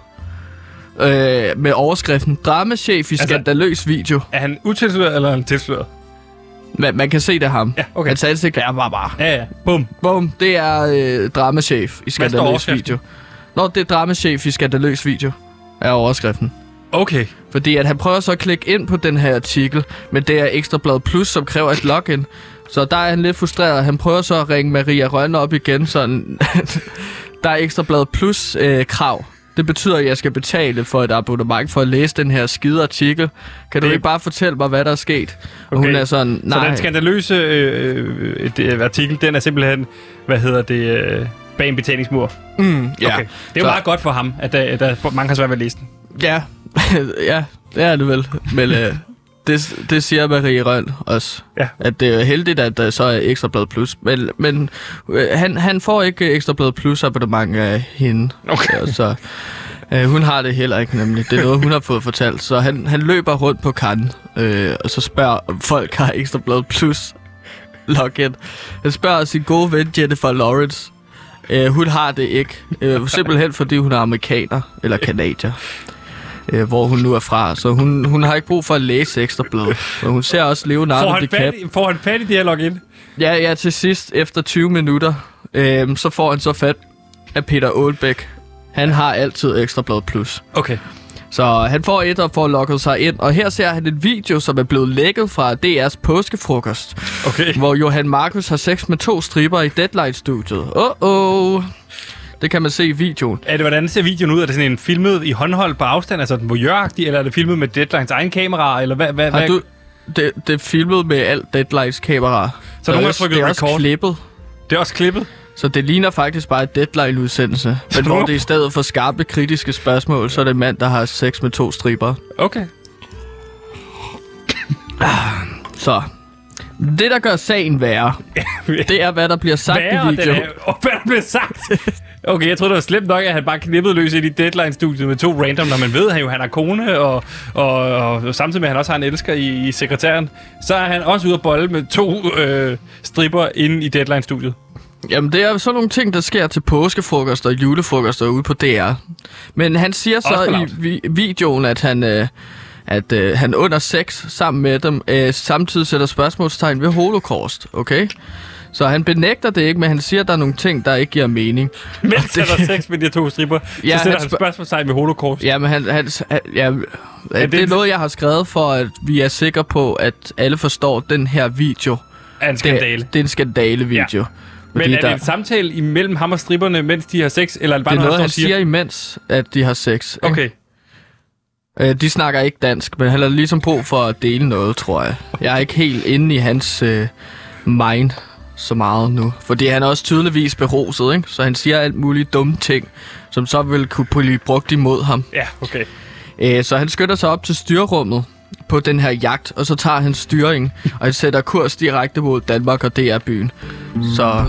Øh, med overskriften, dramachef i Altså- skandaløs video. Er han utilsløret, eller er han tilsløret? Man, man kan se det af ham. Ja, okay. Hans ansigt er bare bare. Ja, ja. Bum. Bum, det er øh, dramachef i står skandaløs overskriften? video. Nå, det er dramachef i skandaløs video, er overskriften. Okay. Fordi at han prøver så at klikke ind på den her artikel, men det er Ekstrabladet Plus, som kræver et login. Så der er han lidt frustreret. Han prøver så at ringe Maria Rønne op igen, sådan... der er Ekstrabladet Plus øh, krav. Det betyder, at jeg skal betale for et abonnement for at læse den her skide artikel. Kan du Det- ikke bare fortælle mig, hvad der er sket? Og Okay. hun er sådan, nej. Så den skandaløse øh, øh, det, artikel, den er simpelthen, hvad hedder det, øh, bag en betalingsmur. Mm, ja. Okay. Det er jo Så- meget godt for ham, at der, at der mange har svært ved at læse den. Ja, ja, det er det vel. Men øh, det, det siger Marie Rønn også. Ja. At det er heldigt, at der så er Ekstrabladet Plus. Men, men øh, han, han får ikke Ekstrabladet Plus abonnement af hende. Okay. Ja, så øh, hun har det heller ikke, nemlig. Det er noget, hun har fået fortalt. Så han, han løber rundt på Cannes, øh, og så spørger, om folk har Ekstrabladet Plus login. Han spørger sin gode ven Jennifer Lawrence. Øh, hun har det ikke. Øh, simpelthen fordi hun er amerikaner, eller kanadier. Øh, hvor hun nu er fra. Så hun, hun har ikke brug for at læse Ekstrabladet. Og hun ser også Får Leonardo han, fat, DiCaprio. i- får han fat i det her login? Ja, ja, til sidst, efter tyve minutter, øh, så får han så fat af Peter Aalbæk. Han har altid Ekstrabladet Plus. Okay. Så han får et og får logget sig ind. Og her ser han en video, som er blevet lækket fra D R's påskefrokost. Okay. Hvor Johan Markus har sex med to stripper i Deadline-studiet. Åh, oh, oh. Det kan man se i videoen. Er det, hvordan ser videoen ud? Er det sådan en filmet i håndhold på afstand, altså den voyeur-agtig, eller er det filmet med Deadlines egen kamera, eller hvad? hvad, Har hvad? du... Det, det er filmet med alt Deadlines kamera. Så nogen har også- trykket det er også record? klippet. Det er også klippet? Så det ligner faktisk bare et Deadline-udsendelse. Men nogen hvor har- det i stedet for skarpe, kritiske spørgsmål, så er det en mand, der har sex med to stripper. Okay. Så det, der gør sagen værre, det er, hvad der bliver sagt Værre, i den videoen. er, og hvad der blev sagt. Okay, jeg troede, det var slemt nok, at han bare knippede løs ind i Deadline-studiet med to random, når man ved, at han jo han har kone, og, og, og samtidig med, at han også har en elsker i, i sekretæren, så er han også ude at bolle med to øh, stripper inde i Deadline-studiet. Jamen, det er sådan nogle ting, der sker til påskefrokoster og julefrokoster ude på D R. Men han siger Også så på i laut. vi- videoen, at han... Øh, at øh, han under sex sammen med dem øh, samtidig sætter spørgsmålstegn ved holocaust, okay? Så han benægter det ikke, men han siger, at der er nogle ting, der ikke giver mening. Mens det- han har sex med de her to stripper, Ja, så sætter han han spørg- spørgsmålstegn med holocaust. Jamen, han, han, han, ja, det, det- det er noget, jeg har skrevet for, at vi er sikre på, at alle forstår, at den her video, Er en skandale. det, det er en skandale-video. Ja. Fordi Men er der, det en samtale imellem ham og stripperne, mens de har sex, eller er det bare det er noget, noget, han han står og siger, imens at de har sex. ikke? Okay. Øh, de snakker ikke dansk, men han har ligesom brug for at dele noget, tror jeg. Jeg er ikke helt inde i hans øh, mind så meget nu. Fordi han er også tydeligvis beruset, ikke? Så han siger alt muligt dumme ting, som så vil kunne blive brugt imod ham. Ja, okay. Øh, så han skynder sig op til styrrummet på den her jagt, og så tager han styringen, og han sætter kurs direkte mod Danmark og D R-byen. Så...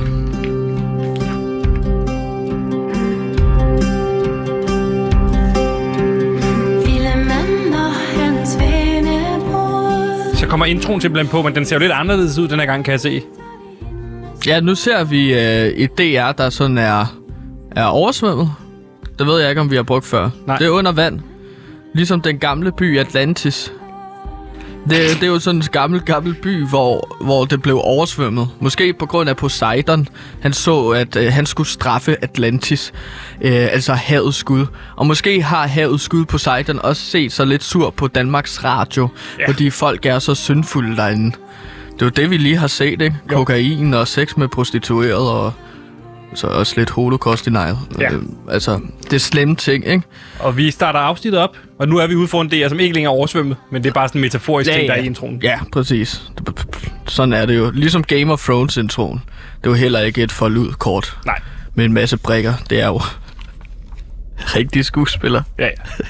Ville mand og hans vennebror. Så kommer introen simpelthen på, men den ser jo lidt anderledes ud den her gang, kan jeg se. Ja, nu ser vi øh, et D R, der sådan er, er oversvømmet. Det ved jeg ikke, om vi har brugt før. Nej. Det er under vand. Ligesom den gamle by Atlantis. Det, det er jo sådan en gammel, gammel by, hvor, hvor det blev oversvømmet. Måske på grund af Poseidon. Han så, at øh, han skulle straffe Atlantis. Øh, altså havets skud. Og måske har havets skud Poseidon også set sig lidt sur på Danmarks Radio. Ja. Fordi folk er så syndfulde derinde. Det er jo det, vi lige har set, ikke? Jo. Kokain og sex med prostitueret og så også lidt holocaust denial. Ja. Øh, altså, det er slemme ting, ikke? Og vi starter afsnittet op, og nu er vi ude for en D R, som ikke længere er oversvømmet, men det er bare sådan en metaforisk Ja, ting, der ja. er i introen. Ja, præcis. Sådan er det jo. Ligesom Game of Thrones-introen. Det er jo heller ikke et forlud-kort Nej. med en masse brikker. Det er jo rigtige skuespillere. Ja, ja.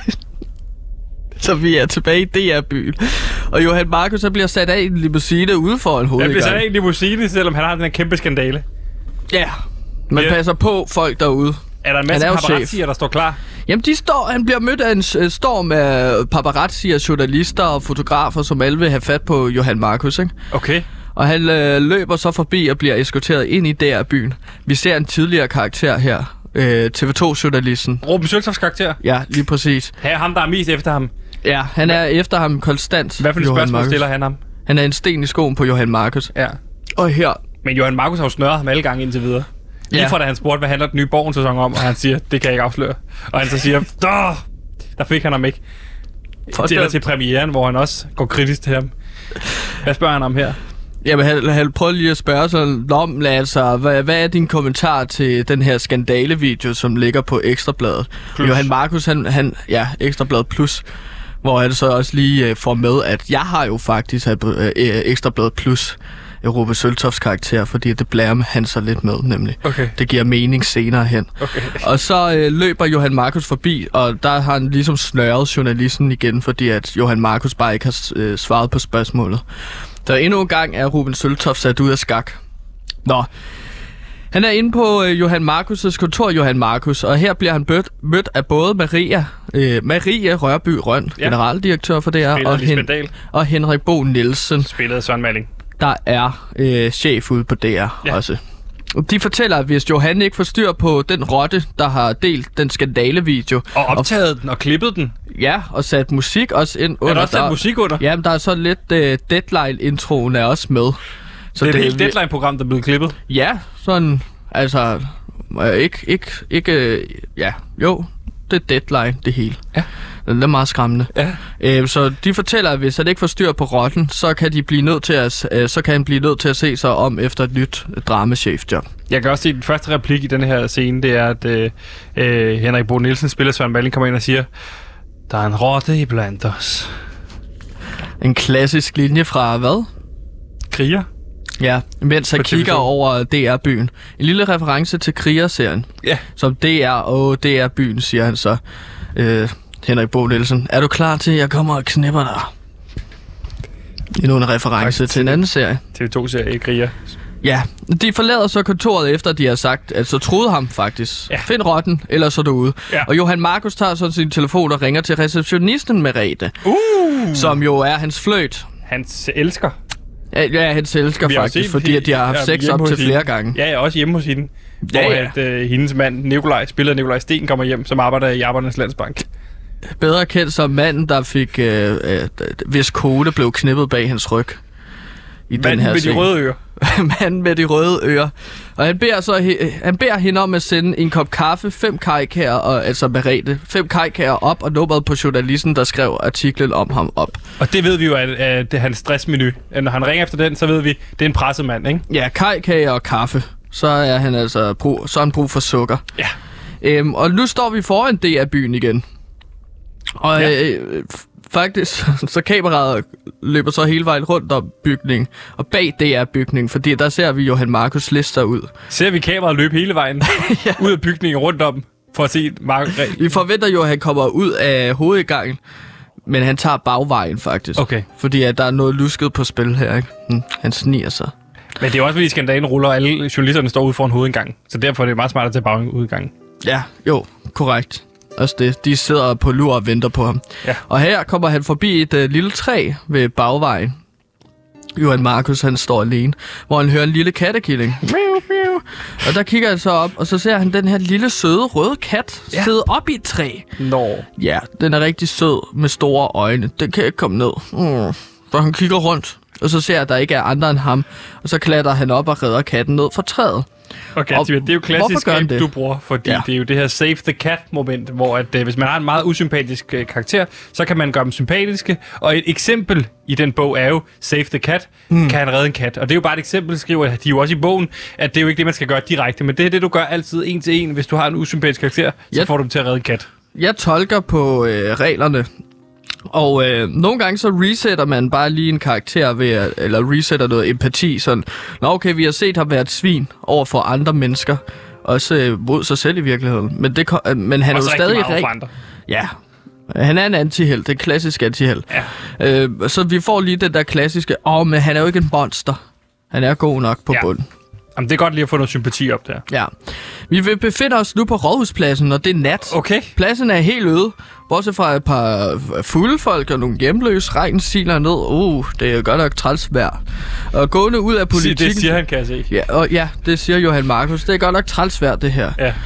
Så vi er tilbage i D R-byen. Og Johan Markus så bliver sat af i en limousine ude for en Han hovedgang. bliver sat af i en limousine, selvom han har den her kæmpe skandale. Ja, man Ja. passer på folk derude. Er der en masse paparazzier, der står klar? Jamen, de står, han bliver mødt af en uh, storm af paparazzier, journalister og fotografer, som alle vil have fat på Johan Marcus, ikke? Okay. Og han øh, løber så forbi og bliver eskorteret ind i D R-byen. Vi ser en tidligere karakter her. Øh, T V to-journalisten. Ruben Søltofts karakter? Ja, lige præcis. Her er ham, der er mest efter ham. Ja, han er efter ham konstant. Hvad for et spørgsmål Marcus. stiller han ham? Han er en sten i skoen på Johan Marcus. Ja. Og her... Men Johan Marcus har jo snørret ham alle gange indtil videre. Lige Ja. fra da han spurgte, hvad handler den nye Borgen-sæson om, og han siger, det kan jeg ikke afsløre. Og han så siger, Åh! Der fik han ham ikke. For Til, den- til premieren, hvor han også går kritisk til ham. Hvad spørger han om her? Jamen, han, han prøver lige at spørge sådan, om, altså, hvad, hvad er din kommentar til den her skandalevideo, som ligger på Ekstrabladet? Plus. Johan Marcus, han, han, ja, Ekstrabladet Plus, hvor han så også lige øh, får med, at jeg har jo faktisk øh, øh, Ekstrabladet Plus, Ruben Søltofts karakter, fordi det blærer han så lidt med, nemlig. Okay. Det giver mening senere hen. Okay. Og så øh, løber Johan Marcus forbi, og der har han ligesom snørret journalisten igen, fordi at Johan Marcus bare ikke har øh, svaret på spørgsmålet. Så endnu en gang er Ruben Søltoft sat ud af skak. Nå. Han er inde på øh, Johan Marcus' kontor, Johan Marcus, og her bliver han mødt, mødt af både Maria, øh, Maria Rørby Røn, Ja. generaldirektør for D R, Spiller og, Lisbeth Dahl. og Henrik Bo Nielsen, Spillede Søren Malling. der er øh, chef ude på D R Ja. også. De fortæller, at hvis Johan ikke får styr på den rotte, der har delt den skandalevideo, Og optaget den og klippet den. ja, og sat musik også ind under. Er der også sat musik under? Jamen, der er så lidt uh, Deadline-introen er også med. Så det er et det- helt deadline-program, der er blevet klippet. Ja, sådan, altså, øh, ikke, ikke, ikke, øh, ja, jo, det er Deadline, det hele. Ja. Det er meget skræmmende. Ja. Øh, så de fortæller, at hvis han ikke får styr på rotten, så kan de blive nødt til at, øh, så kan han blive nødt til at se sig om efter et nyt dramachefjob. Jeg kan også se, at den første replik i den her scene, det er, at øh, øh, Henrik Bo Nielsen spiller Søren Malling, kommer ind og siger, der er en rotte iblandt os. En klassisk linje fra hvad? Kriger? Ja, mens han På T V to. kigger over D R-byen. En lille reference til Kriger-serien. Ja. Som D R og D R-byen, siger han så. Øh, Henrik Bo Nielsen. Er du klar til, at jeg kommer og knipper dig? Endnu en reference Faktisk til en anden serie. T V to-serie Kriger. Ja, de forlader så kontoret efter, de har sagt, at så troede ham faktisk. Ja. Find rotten, ellers er du ude. Ja. Og Johan Marcus tager så sin telefon og ringer til receptionisten Merete, Uh! som jo er hans fløjt. Hans elsker. Ja, ja, han elsker Vi har jo faktisk, set fordi at de har haft ja, sex hjemme op hos til hende. flere gange. Ja, ja, også hjemme hos hende. Ja, hvor ja. at, øh, hendes mand, Nikolaj, spiller Nikolaj Sten, kommer hjem, som arbejder i Arbejdernes Landsbank. Bedre kendt som manden, der fik, øh, øh, hvis kode blev knippet bag hans ryg. I den Manden her med de scene. røde ører. Manden med de røde ører. Og han beder, så, he- han beder hende om at sende en kop kaffe, fem kajkager, og, altså Merete, fem kajkager op, og nummeret på journalisten, der skrev artiklen om ham op. Og det ved vi jo, at, at det er hans stressmenu. Når han ringer efter den, så ved vi, det er en pressemand, ikke? Ja, kajkager og kaffe. Så er han altså brug, så er han brug for sukker. Ja. Øhm, og nu står vi foran D R-byen igen. Og Ja. øh, faktisk, så kameraet løber så hele vejen rundt om bygningen, og bag D R-bygningen, fordi der ser vi Johan Marcus lister ud. Ser vi kameraet løbe hele vejen ja. ud af bygningen rundt om, for at se Mark. Vi forventer jo, at han kommer ud af hovedgangen, men han tager bagvejen faktisk. Okay. Fordi at der er noget lusket på spil her, ikke? Hm, han sniger sig. Men det er også, fordi skandalen ruller, og alle journalisterne står ude foran hovedindgangen. Så derfor er det meget smart at tage bagudgangen. Ja, jo, korrekt. Også det. De sidder på lur og venter på ham. Ja. Og her kommer han forbi et uh, lille træ ved bagvejen. Johan Marcus, han står alene, hvor han hører en lille kattekilling. Miau, miau. Og der kigger han så op, og så ser han den her lille søde røde kat Ja. sidde op i et træ. Nå. Ja, den er rigtig sød med store øjne. Den kan ikke komme ned. Mm. Så han kigger rundt, og så ser jeg, at der ikke er andre end ham. Og så klatrer han op og redder katten ned fra træet. Okay, Og det er jo klassisk hvorfor gør han app, det? du bruger, fordi ja. Ja. det er jo det her save the cat moment, hvor at, øh, hvis man har en meget usympatisk øh, karakter, så kan man gøre dem sympatiske. Og et eksempel i den bog er jo save the cat, mm. kan han redde en kat. Og det er jo bare et eksempel, skriver de jo også i bogen, at det er jo ikke det, man skal gøre direkte, men det er det, du gør altid en til en. Hvis du har en usympatisk karakter, så Jeg- får du dem til at redde en kat. Jeg tolker på øh, reglerne, og øh, nogle gange så resetter man bare lige en karakter ved at, eller resetter noget empati, sådan, nå okay, vi har set ham være et svin over for andre mennesker, også øh, mod sig selv i virkeligheden, men, det, ko- øh, men han Og er så jo rigtig stadig meget over for reg- andre. Ja, han er en antihelt, en klassisk antihelt. Ja. Øh, så vi får lige den der klassiske, åh, oh, men han er jo ikke en monster. Han er god nok på Ja. bunden. Jamen, det er godt lige at få noget sympati op der. Ja. Vi vil befinde os nu på Rådhuspladsen, og det er nat. Okay. Pladsen er helt øde, bortset fra et par fulde folk og nogle hjemløse. Regnen siler ned. Uh, det er godt nok træls vejr. Og gående ud af politikken... Det siger han, kan jeg se. Ja, og ja, det siger Johan Markus. Det er godt nok træls vejr, det her. Ja.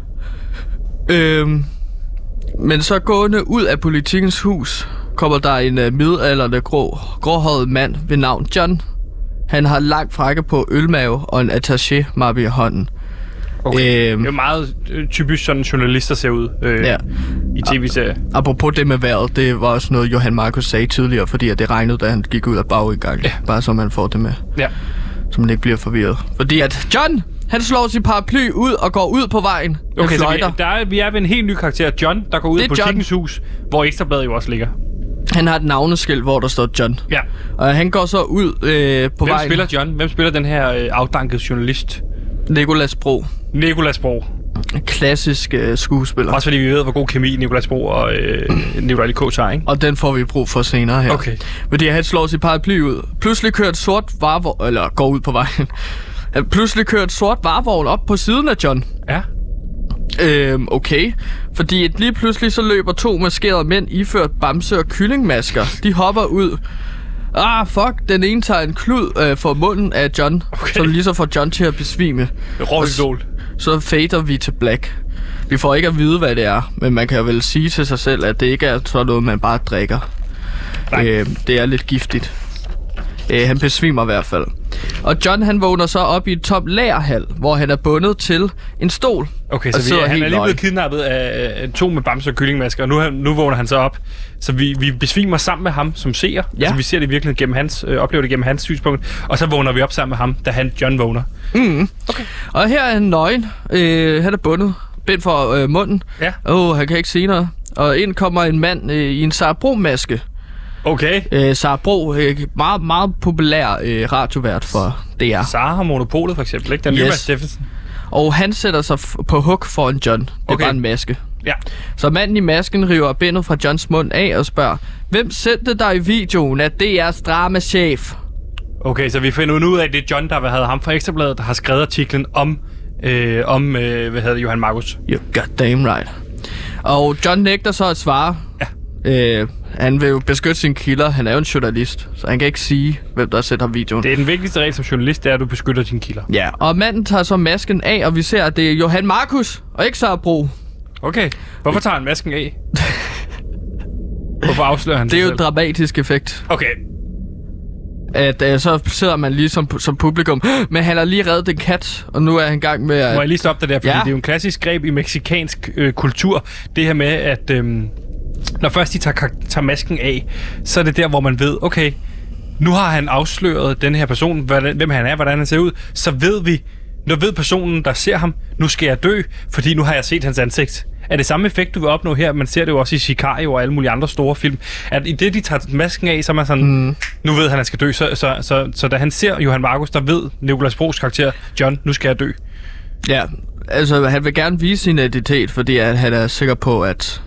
Øhm, men så gående ud af politikens hus, kommer der en uh, midaldrende grå, gråhåret mand ved navn John. Han har lang frakke på ølmave og en attaché-mappe i hånden. Okay. Øhm, det er jo meget øh, typisk sådan journalister ser ud øh, ja. i tv-serier. Apropos det med vejret, det var også noget, Johan Markus sagde tidligere, fordi at det regnede, da han gik ud af bagindgangen. Ja. Bare så man får det med. Ja. Så man ikke bliver forvirret. Fordi at John, han slår sin paraply ud og går ud på vejen. Okay, så vi, der er, vi er ved en helt ny karakter. John, der går ud af politikens hus, hvor Ekstrabladet jo også ligger. Han har et navneskilt, hvor der står John. Ja. Og han går så ud øh, på Hvem vejen. Hvem spiller John? Hvem spiller den her øh, afdankede journalist? Nicolas Bro. Nicolas Bro. En klassisk øh, skuespiller. Også fordi vi ved, hvor god kemi Nicolas Bro og øh, Nicolai Likos har, ikke? Og den får vi brug for senere her. Okay. Fordi han slår sit paraply ud. Pludselig kører et sort varevogn, eller går ud på vejen. Han pludselig kører et sort varevogn op på siden af John. Ja. Øhm, okay. Fordi et lige pludselig så løber to maskerede mænd iført bamse- og kyllingmasker. De hopper ud. Ah, fuck. Den ene tager en klud øh, for munden af John, okay. Som lige så får John til at besvime. Rådidol. Så fader vi til Black. Vi får ikke at vide, hvad det er, men man kan vel sige til sig selv, at det ikke er sådan noget, man bare drikker. Øh, det er lidt giftigt. Øh, han besvimer i hvert fald. Og John, han vågner så op i et tomt lagerhal, hvor han er bundet til en stol. Okay, så vi, han er lige blevet kidnappet af, af to med bamser og kyllingmasker, og nu, nu vågner han så op. Så vi, vi besvimer sammen med ham som seer. Ja. Altså, vi ser det virkelig gennem hans, øh, oplever det gennem hans synspunkt. Og så vågner vi op sammen med ham, da han, John vågner. Mm. Okay. Og her er han nøgen. Øh, han er bundet. Bind for øh, munden. Ja. Åh, oh, han kan ikke sige noget. Og ind kommer en mand øh, i en Sara Bro-maske. Okay. Øh, Sara Bro, øh, meget, meget populær øh, radiovært for D R. Sara har Monopolet for eksempel, ikke? Den yes. nye Mads Steffensen. Og han sætter sig f- på hug for en John. Det er okay. Bare en maske. Ja. Så manden i masken river bindet fra Johns mund af og spørger, hvem sendte dig i videoen af D R's dramachef? Okay, så vi finder ud af, at det er John, der havde ham fra Ekstrabladet, der har skrevet artiklen om, øh, om øh, hvad hedder det, Johan Markus. You're goddamn right. Og John nægter så at svare. Ja. Øh, han vil jo beskytte sine kilder. Han er jo en journalist, så han kan ikke sige, hvem der sætter videoen. Det er den vigtigste regel som journalist, det er, at du beskytter dine kilder. Ja, og manden tager så masken af, og vi ser, at det er Johan Markus, og ikke Sara Bro. Okay, hvorfor tager han masken af? Hvorfor afslører han det? Det er jo selv? dramatisk effekt. Okay. At øh, så sidder man lige som, som publikum, men han har lige reddet den kat, og nu er han i gang med at... Må jeg lige stoppe dig der, fordi ja. det er jo en klassisk greb i mexikansk øh, kultur. Det her med, at øh, når først de tager, tager masken af, så er det der, hvor man ved, okay, nu har han afsløret den her person, hvordan, hvem han er, hvordan han ser ud, så ved vi, nu ved personen, der ser ham, nu skal jeg dø, fordi nu har jeg set hans ansigt. Er det samme effekt, du vil opnå her? Man ser det jo også i Sicario og alle mulige andre store film. At i det, de tager masken af, så er man sådan, mm. nu ved han, at han skal dø. Så, så, så, så da han ser Johan Markus, der ved Nicolas Bros karakter, John, nu skal jeg dø. Ja, altså han vil gerne vise sin identitet, fordi at han er sikker på, at,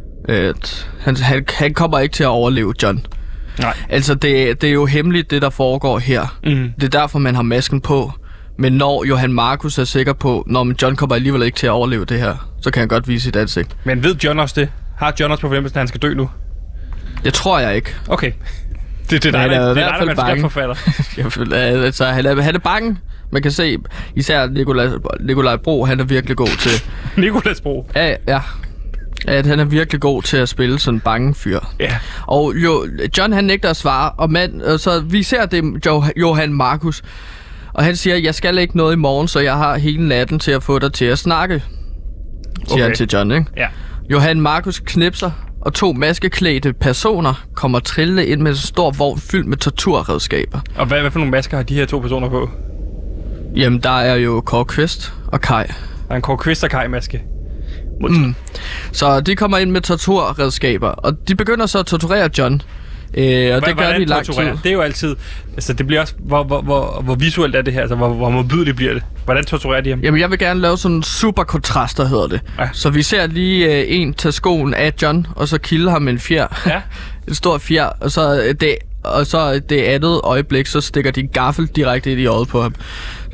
at han, han, han kommer ikke til at overleve John. Nej. Altså det, det er jo hemmeligt, det der foregår her. Mm. Det er derfor, man har masken på. Men når Johan Markus er sikker på, når John kommer alligevel ikke til at overleve det her, så kan han godt vise sit ansigt. Men ved John også det? Har John også på fornemmelsen, at han skal dø nu? Det tror jeg ikke. Okay. Det, det er dig, der, det er dig, der manuskriptforfatter. altså, han, er, han er bange. Man kan se, især Nicolai, Nicolai Bro, han er virkelig god til... Nicolas Bro? Ja, ja. At han er virkelig god til at spille sådan en bange fyr. Ja. Yeah. Og jo, John han nægter at svare, og man, så vi ser det jo, Johan Markus. Og han siger, jeg skal ikke noget i morgen, så jeg har hele natten til at få dig til at snakke. Siger okay. han til John, ikke? Ja. Johan Markus knipser, og to maskeklædte personer kommer trillende ind med en stor vogn fyldt med torturredskaber. Og hvad, hvad for nogle masker har de her to personer på? Jamen, der er jo Kåre Kvist og Kai. Der er en Kåre Kvist og Kai-maske. Mm. Så de kommer ind med torturredskaber, og de begynder så at torturere John. Øh, og det gør de i lang tid. Det er jo altid... Altså, det bliver også... Hvor, hvor, hvor, hvor visuelt er det her? Altså, hvor, hvor modbydeligt bliver det? Hvordan torturerer de ham? Jamen, jeg vil gerne lave sådan en super kontraster, hedder det. Ja. Så vi ser lige øh, en tage skoen af John, og så kilde ham med en fjer. Ja. En stor fjer, og så det... Og så det andet øjeblik, så stikker de en gaffel direkte ind i øjet på ham.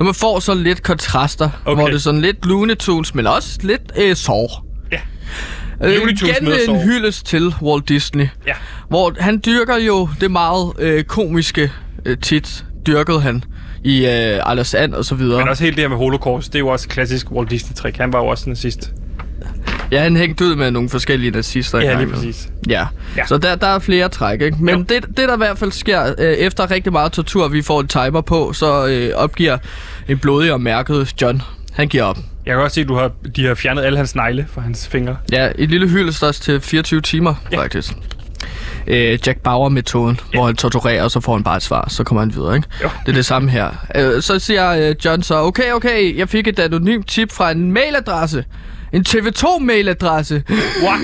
Når man får så lidt kontraster, Okay. hvor det er sådan lidt Looney Tunes, men også lidt øh, Saw. Ja. Øh, Looney Tunes igen med Saw. en hyldest til Walt Disney. Ja. Hvor han dyrker jo det meget øh, komiske øh, tit, dyrkede han i øh, Anders And og så videre. Men også helt det her med Holocaust, det er jo også klassisk Walt Disney-trick. Han var jo også nazist. Ja, han hængte ud med nogle forskellige nazister. Ja, engang. lige præcis. Ja. Ja. Så der, der er flere træk, ikke? Men Jo. det, det, der i hvert fald sker, øh, efter rigtig meget tortur, vi får en timer på, så øh, opgiver en blodig og mærket John. Han giver op. Jeg kan også se, at du har, de har fjernet alle hans negle fra hans fingre. Ja, et lille hyldest også til fireogtyve timer, Ja. ja. faktisk. Øh, Jack Bauer-metoden, ja. hvor han torturerer, og så får han bare et svar, så kommer han videre, ikke? Jo. Det er det samme her. Øh, så siger øh, John så, okay, okay, jeg fik et anonymt tip fra en mailadresse. En T V to mailadresse. What?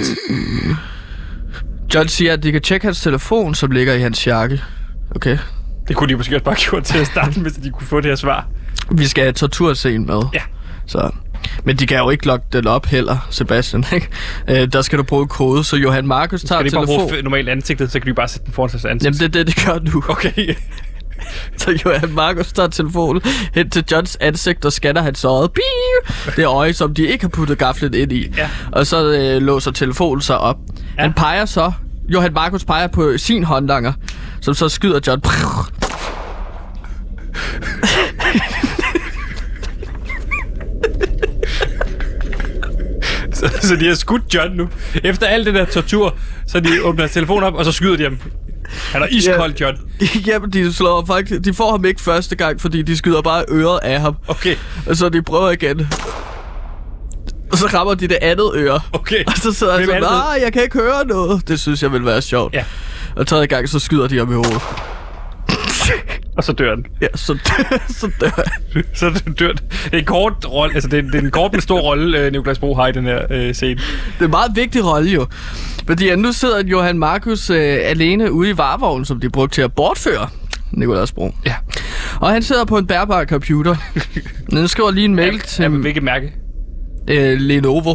John siger, at de kan tjekke hans telefon, som ligger i hans jakke. Okay. Det kunne de måske også bare gjort til at starte, hvis de kunne få det her svar. Vi skal have torturscenen med. Ja. Så. Men de kan jo ikke logge den op heller, Sebastian. Ikke? Øh, der skal du bruge kode, så Johan Markus tager Skal de bare telefon. bruge f- normalt ansigtet, så kan de bare sætte den foran sig ansigt. Jamen, det er det, de gør nu. Okay. Så Johan Markus tager telefonen hen til Johns ansigt og scanner hans øje. Biu! Det øje, som de ikke har puttet gaflen ind i. Ja. Og så øh, låser telefonen sig op. Ja. Han peger så. Johan Markus peger på sin håndlanger, som så skyder John. så, så de har skudt John nu. Efter al det der tortur, så de åbner hans telefon op, og så skyder de ham. Han er iskold, John. Jamen, de slår faktisk. De får ham ikke første gang, fordi de skyder bare øret af ham. Okay, Og så de prøver igen. Og så rammer de det andet øre. okay. Og så sidder han Hvem er sådan, det? nej, jeg kan ikke høre noget. Det synes jeg vil være sjovt. Ja. Og tredje gang, så skyder de ham i hovedet. Og så dør den. Ja, så, så dør han. Så dør den. Det er en kort rolle, altså det er, det er en kort med stor rolle, øh, Nicolas Bro har i den her øh, scene. Det er en meget vigtig rolle jo. Fordi nu sidder Johan Markus øh, alene ude i varevognen, som de brugte til at bortføre Nicolas Bro. Ja. Og han sidder på en bærbar computer. Han skriver lige en mail Ja, til ja, hvilket mærke? øh, Lenovo.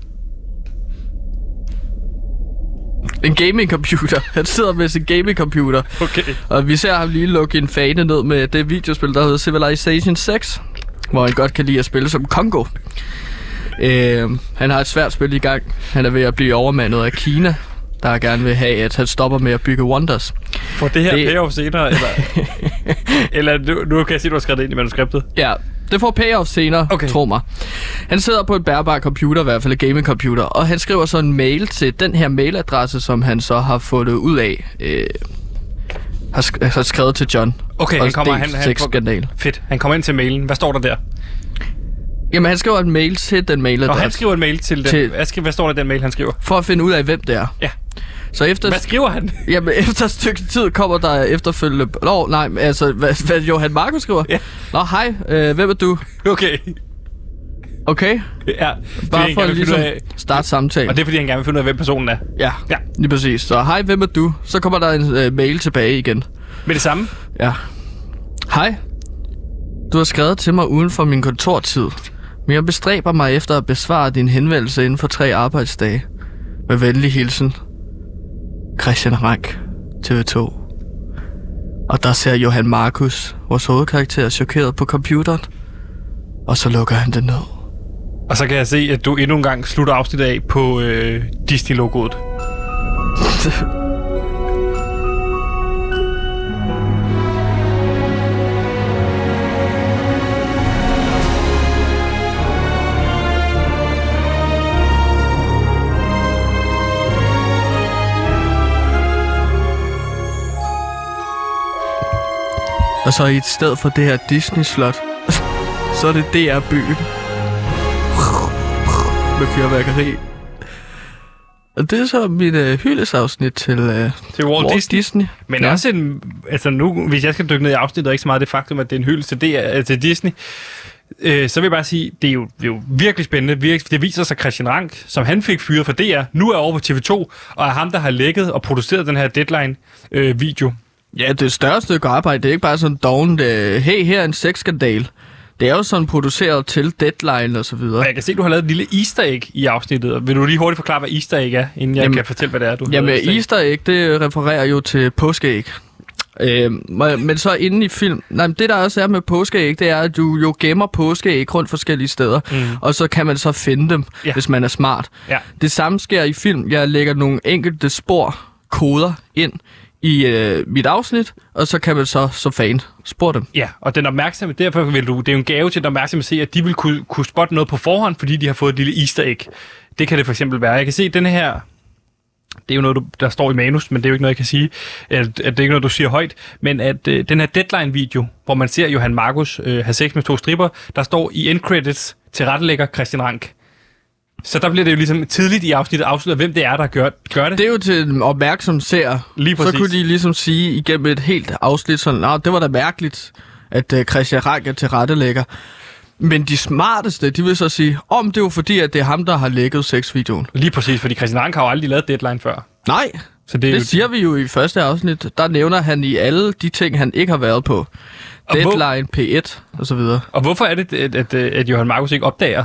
En gaming computer. Han sidder med sin gaming computer. Okay. Og vi ser ham lige lukke en fane ned med det videospil, der hedder Civilization seks. Hvor han godt kan lide at spille som Congo. Øh, han har et svært spil i gang. Han er ved at blive overmandet af Kina, der gerne vil have, at han stopper med at bygge wonders. For det her Det- payoff senere, eller, eller nu, nu kan jeg se, at du har skrevet det ind i manuskriptet. Ja, det får payoff senere, Okay. okay. Tro mig. Han sidder på en bærbar computer, i hvert fald en gaming computer, og han skriver så en mail til den her mailadresse, som han så har fundet ud af, øh, har, sk- har skrevet til John. Okay, og han kommer, han, delt han, sexskandal. fedt. Han kommer ind til mailen. Hvad står der der? Jamen, han skriver en mail til den Og mailadresse, han skriver en mail til den. Til- Hvad, skriver, hvad står der i den mail, han skriver? for at finde ud af, hvem det er. Ja. Så efter, Hvad skriver han? jamen, efter et stykke tid kommer der efterfølgende... Nå, nej, altså, hvad, hvad Johan Markus skriver? Ja. Nå, hej, øh, hvem er du? Okay. Okay, Ja. bare han for gerne at vil finde ligesom ud af- starte samtalen. Og det er, fordi han gerne vil finde ud af, hvem personen er. Ja, Ja. lige præcis. Så hej, hvem er du? Så kommer der en øh, mail tilbage igen. Med det samme? Ja. Hej. Du har skrevet til mig uden for min kontortid, men jeg bestræber mig efter at besvare din henvendelse inden for tre arbejdsdage. Med venlig hilsen. Christian Rank, T V to. Og der ser Johan Markus, vores hovedkarakter, chokeret på computeren. Og så lukker han det ned. Og så kan jeg se, at du endnu en gang slutter afsnittet af på øh, Disney-logoet. Og så i et sted for det her Disney-slot, så er det D R-byen. Med fyrværkeri. Og det er så mit øh, hyldesafsnit til, øh, Til Walt, Walt Disney. Disney. Men Ja. også en... Altså nu, hvis jeg skal dykke ned i afsnittet, og ikke så meget det faktum, at det er en hyldest til, det, øh, til Disney, øh, så vil jeg bare sige, det er jo, det er jo virkelig spændende. Virke, det viser sig, Christian Rank, som han fik fyret fra D R, nu er over på T V to, og er ham, der har lækket og produceret den her Deadline-video. Øh, Ja, det er et større stykke arbejde. Det er ikke bare sådan doven, øh, hey, her er en sexskandal. Det er jo sådan produceret til Deadline og så videre. og jeg kan se, at du har lavet et lille easter egg i afsnittet. Vil du lige hurtigt forklare, hvad easter egg er, inden jeg Jamen- kan fortælle, hvad det er, du har Jamen, lavet? Easter egg, det refererer jo til påskeæg. Øh, men så inde i film... Nej, men det der også er med påskeæg, det er, at du jo gemmer påskeæg rundt forskellige steder. Mm. Og så kan man så finde dem, ja. hvis man er smart. Ja. Det samme sker i film. Jeg lægger nogle enkelte spor, koder ind i øh, mit afsnit, og så kan man så som fan spore dem. Ja, og den opmærksomme, derfor vil du... Det er jo en gave til den opmærksomme at se, at de vil kunne, kunne spotte noget på forhånd, fordi de har fået et lille easter egg. Det kan det for eksempel være. Jeg kan se, den her... Det er jo noget, der står i manus, men det er jo ikke noget, jeg kan sige. At, at det er ikke noget, du siger højt. Men at øh, den her Deadline-video, hvor man ser Johan Markus øh, have sex med to stripper, der står i end credits til rettelægger Christian Rank. Så der bliver det jo ligesom tidligt i afsnittet afsløret, hvem det er, der gør, gør det. Det er jo til en opmærksom seer. Lige præcis. Så kunne de ligesom sige igennem et helt afsnit sådan, nah, det var da mærkeligt, at uh, Christian Rank er til rettelægger. Men de smarteste, de vil så sige, om oh, det er jo fordi, at det er ham, der har lækket sexvideoen. Lige præcis, fordi Christian Rank har jo aldrig lavet Deadline før. Nej, så det, det jo... siger vi jo i første afsnit. Der nævner han i alle de ting, han ikke har været på. Og Deadline, hvor... P et og så videre. Og hvorfor er det, at, at, at Johan Markus ikke opdager,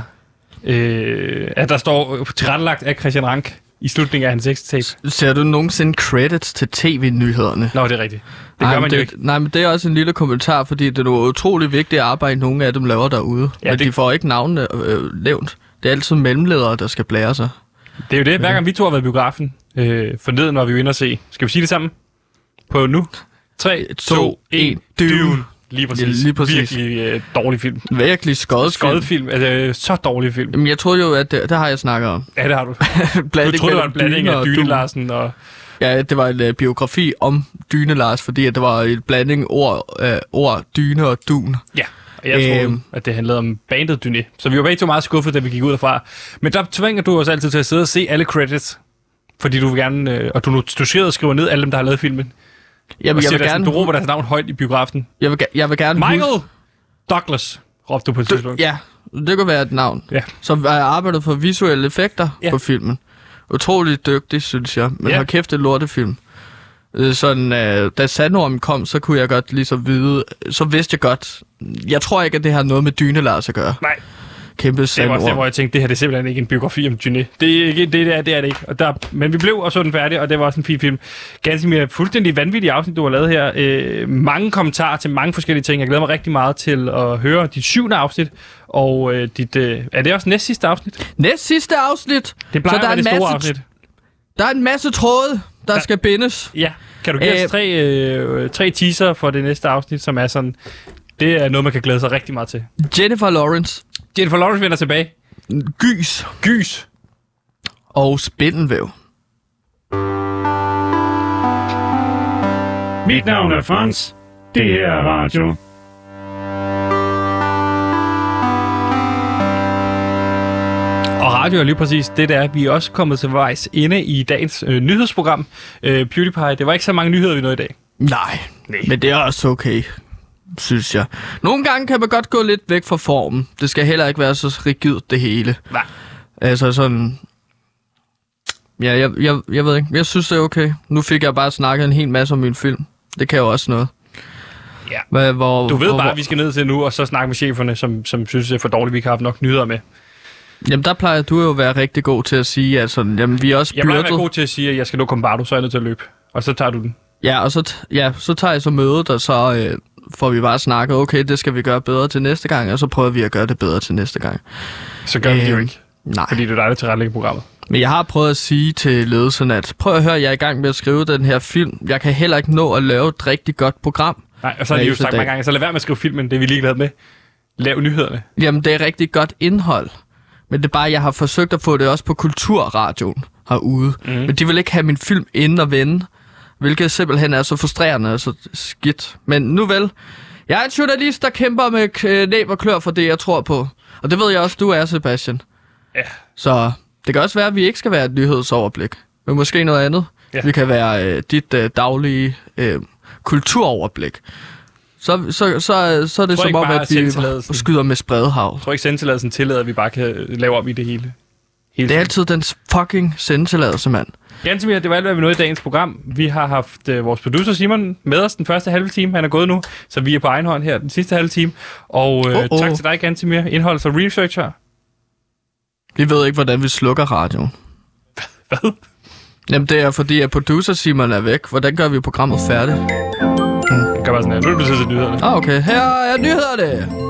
øh, at der står tilrettelagt af Christian Rank i slutningen af hans sextape? Ser du nogensinde credits til tv-nyhederne? Nå, det er rigtigt. Det nej, gør man det, jo ikke. Nej, men det er også en lille kommentar, fordi det er noget utroligt vigtigt arbejde, nogle af dem laver derude. Ja, men det... de får ikke navnene øh, nævnt. Det er altid mellemledere, der skal blære sig. Det er jo det. Hver gang vi to har været i biografen, øh, forleden var vi jo inde og se. Skal vi sige det sammen? På nu? tre, to, et, Dune. Lige præcis. Ja, lige præcis. Virkelig øh, dårlig film. Virkelig skød film. film. Altså, så dårlig film. Jamen, jeg troede jo, at det, det har jeg snakket om. Ja, det har du. Du troede, det var en blanding af Dyne Larsen og... Ja, det var en uh, biografi om Dyne Lars, fordi at det var en blanding ord, uh, ord dyne og dun. Ja, og jeg troede, æm... at det handlede om bandet Dyne. Så vi var begge to meget skuffet, da vi gik ud derfra. Men der tvinger du os altid til at sidde og se alle credits. Fordi du vil gerne... Øh, og du noterede og skriver ned alle dem, der har lavet filmen. Jamen, jeg vil gerne... Sådan, du råber deres navn højt i biografen. Jeg vil, jeg vil gerne... Michael huske... Douglas, råbte du på et tidspunkt. Ja, det kunne være et navn. Ja. Som har arbejdet for visuelle effekter ja. på filmen. Utroligt dygtig, synes jeg. Men ja. har kæft et lortefilm. Sådan, øh, da Sandormen kom, så kunne jeg godt ligesom vide... Så vidste jeg godt... Jeg tror ikke, at det har noget med Dyne Lars at gøre. Nej. Kæmpe Sandorm. Det var også der, hvor jeg tænkte, det her det er simpelthen ikke en biografi om Dyne. Det er, ikke, det, er, det er det ikke. Og der, men vi blev og så den færdig, og det var også en fin film. Ganske mere fuldstændig vanvittig afsnit, du har lavet her. Øh, mange kommentarer til mange forskellige ting. Jeg glæder mig rigtig meget til at høre dit syvende afsnit. Og øh, dit... Øh, er det også næst sidste afsnit? Næst sidste afsnit? Det plejer at være det store afsnit. Der er en masse tråde, der der skal bindes. Ja. Kan du give os tre, øh, tre teaser for det næste afsnit, som er sådan... Det er noget, man kan glæde sig rigtig meget til. Jennifer Lawrence. Jennifer Lawrence vender tilbage. Gys. Gys. Og spindelvæv. Mit navn er Frans. Det her er radio. Og radio er lige præcis det, der er. Vi er også kommet til vejs inde i dagens øh, nyhedsprogram. Øh, PewDiePie, det var ikke så mange nyheder, vi nåede i dag. Nej, Nej, men det er også okay, synes jeg. Nogle gange kan man godt gå lidt væk fra formen. Det skal heller ikke være så rigidt, det hele. Nej. Altså sådan... Ja, jeg, jeg, jeg ved ikke. Jeg synes, det er okay. Nu fik jeg bare snakket en hel masse om min film. Det kan jo også noget. Ja. Hvor, hvor, du ved hvor, bare, hvor... at vi skal ned til nu, og så snakke med cheferne, som, som synes, det er for dårligt, vi ikke har haft nok nyheder med. Jamen, der plejer du jo at være rigtig god til at sige, at sådan, jamen, vi er også byrdet. Jeg plejer at være god til at sige, at jeg skal nå Combardo, så er jeg nødt til at løbe. Og så tager du den. Ja, og så, t- ja, så tager jeg så mødet, og så øh, får vi bare snakket, okay, det skal vi gøre bedre til næste gang, og så prøver vi at gøre det bedre til næste gang. Så gør øh, vi det jo ikke. Nej. Fordi det er dig, der tilrettelægger programmet. Men jeg har prøvet at sige til ledelsen, at prøv at høre, jeg er i gang med at skrive den her film. Jeg kan heller ikke nå at lave et rigtig godt program. Nej, og så har de jo sagt mange gange, så lad være med at skrive filmen, det er vi ligeglade med. Lav nyhederne. Jamen, det er rigtig godt indhold. Men det er bare, jeg har forsøgt at få det også på Kulturradioen herude. Mm. Men de vil ikke have min film inde og vende, hvilket simpelthen er så frustrerende og så skidt. Men nu vel, jeg er en journalist, der kæmper med næb og klør for det, jeg tror på. Og det ved jeg også, du er, Sebastian. Ja. Så det kan også være, at vi ikke skal være et nyhedsoverblik. Men måske noget andet. Ja. Vi kan være øh, dit øh, daglige øh, kulturoverblik. Så, så, så, så er det som om, at vi skyder med spredhav. Jeg tror ikke, sendtilladelsen tillader, at vi bare kan lave om i det hele. hele det er altid den fucking sendetilladelse, mand. Gansimir, det var alt, hvad vi nåede i dagens program. Vi har haft øh, vores producer Simon med os den første halve time. Han er gået nu, så vi er på egen hånd her den sidste halve time. Og øh, oh, oh. tak til dig, Gansimir, indholds- og researcher. Vi ved ikke, hvordan vi slukker radioen. Hvad? Jamen, det er fordi, at producer Simon er væk. Hvordan gør vi programmet færdigt? bare sådan her. Nu er det blevet tid til nyhederne. Ah, okay. Her er nyhederne.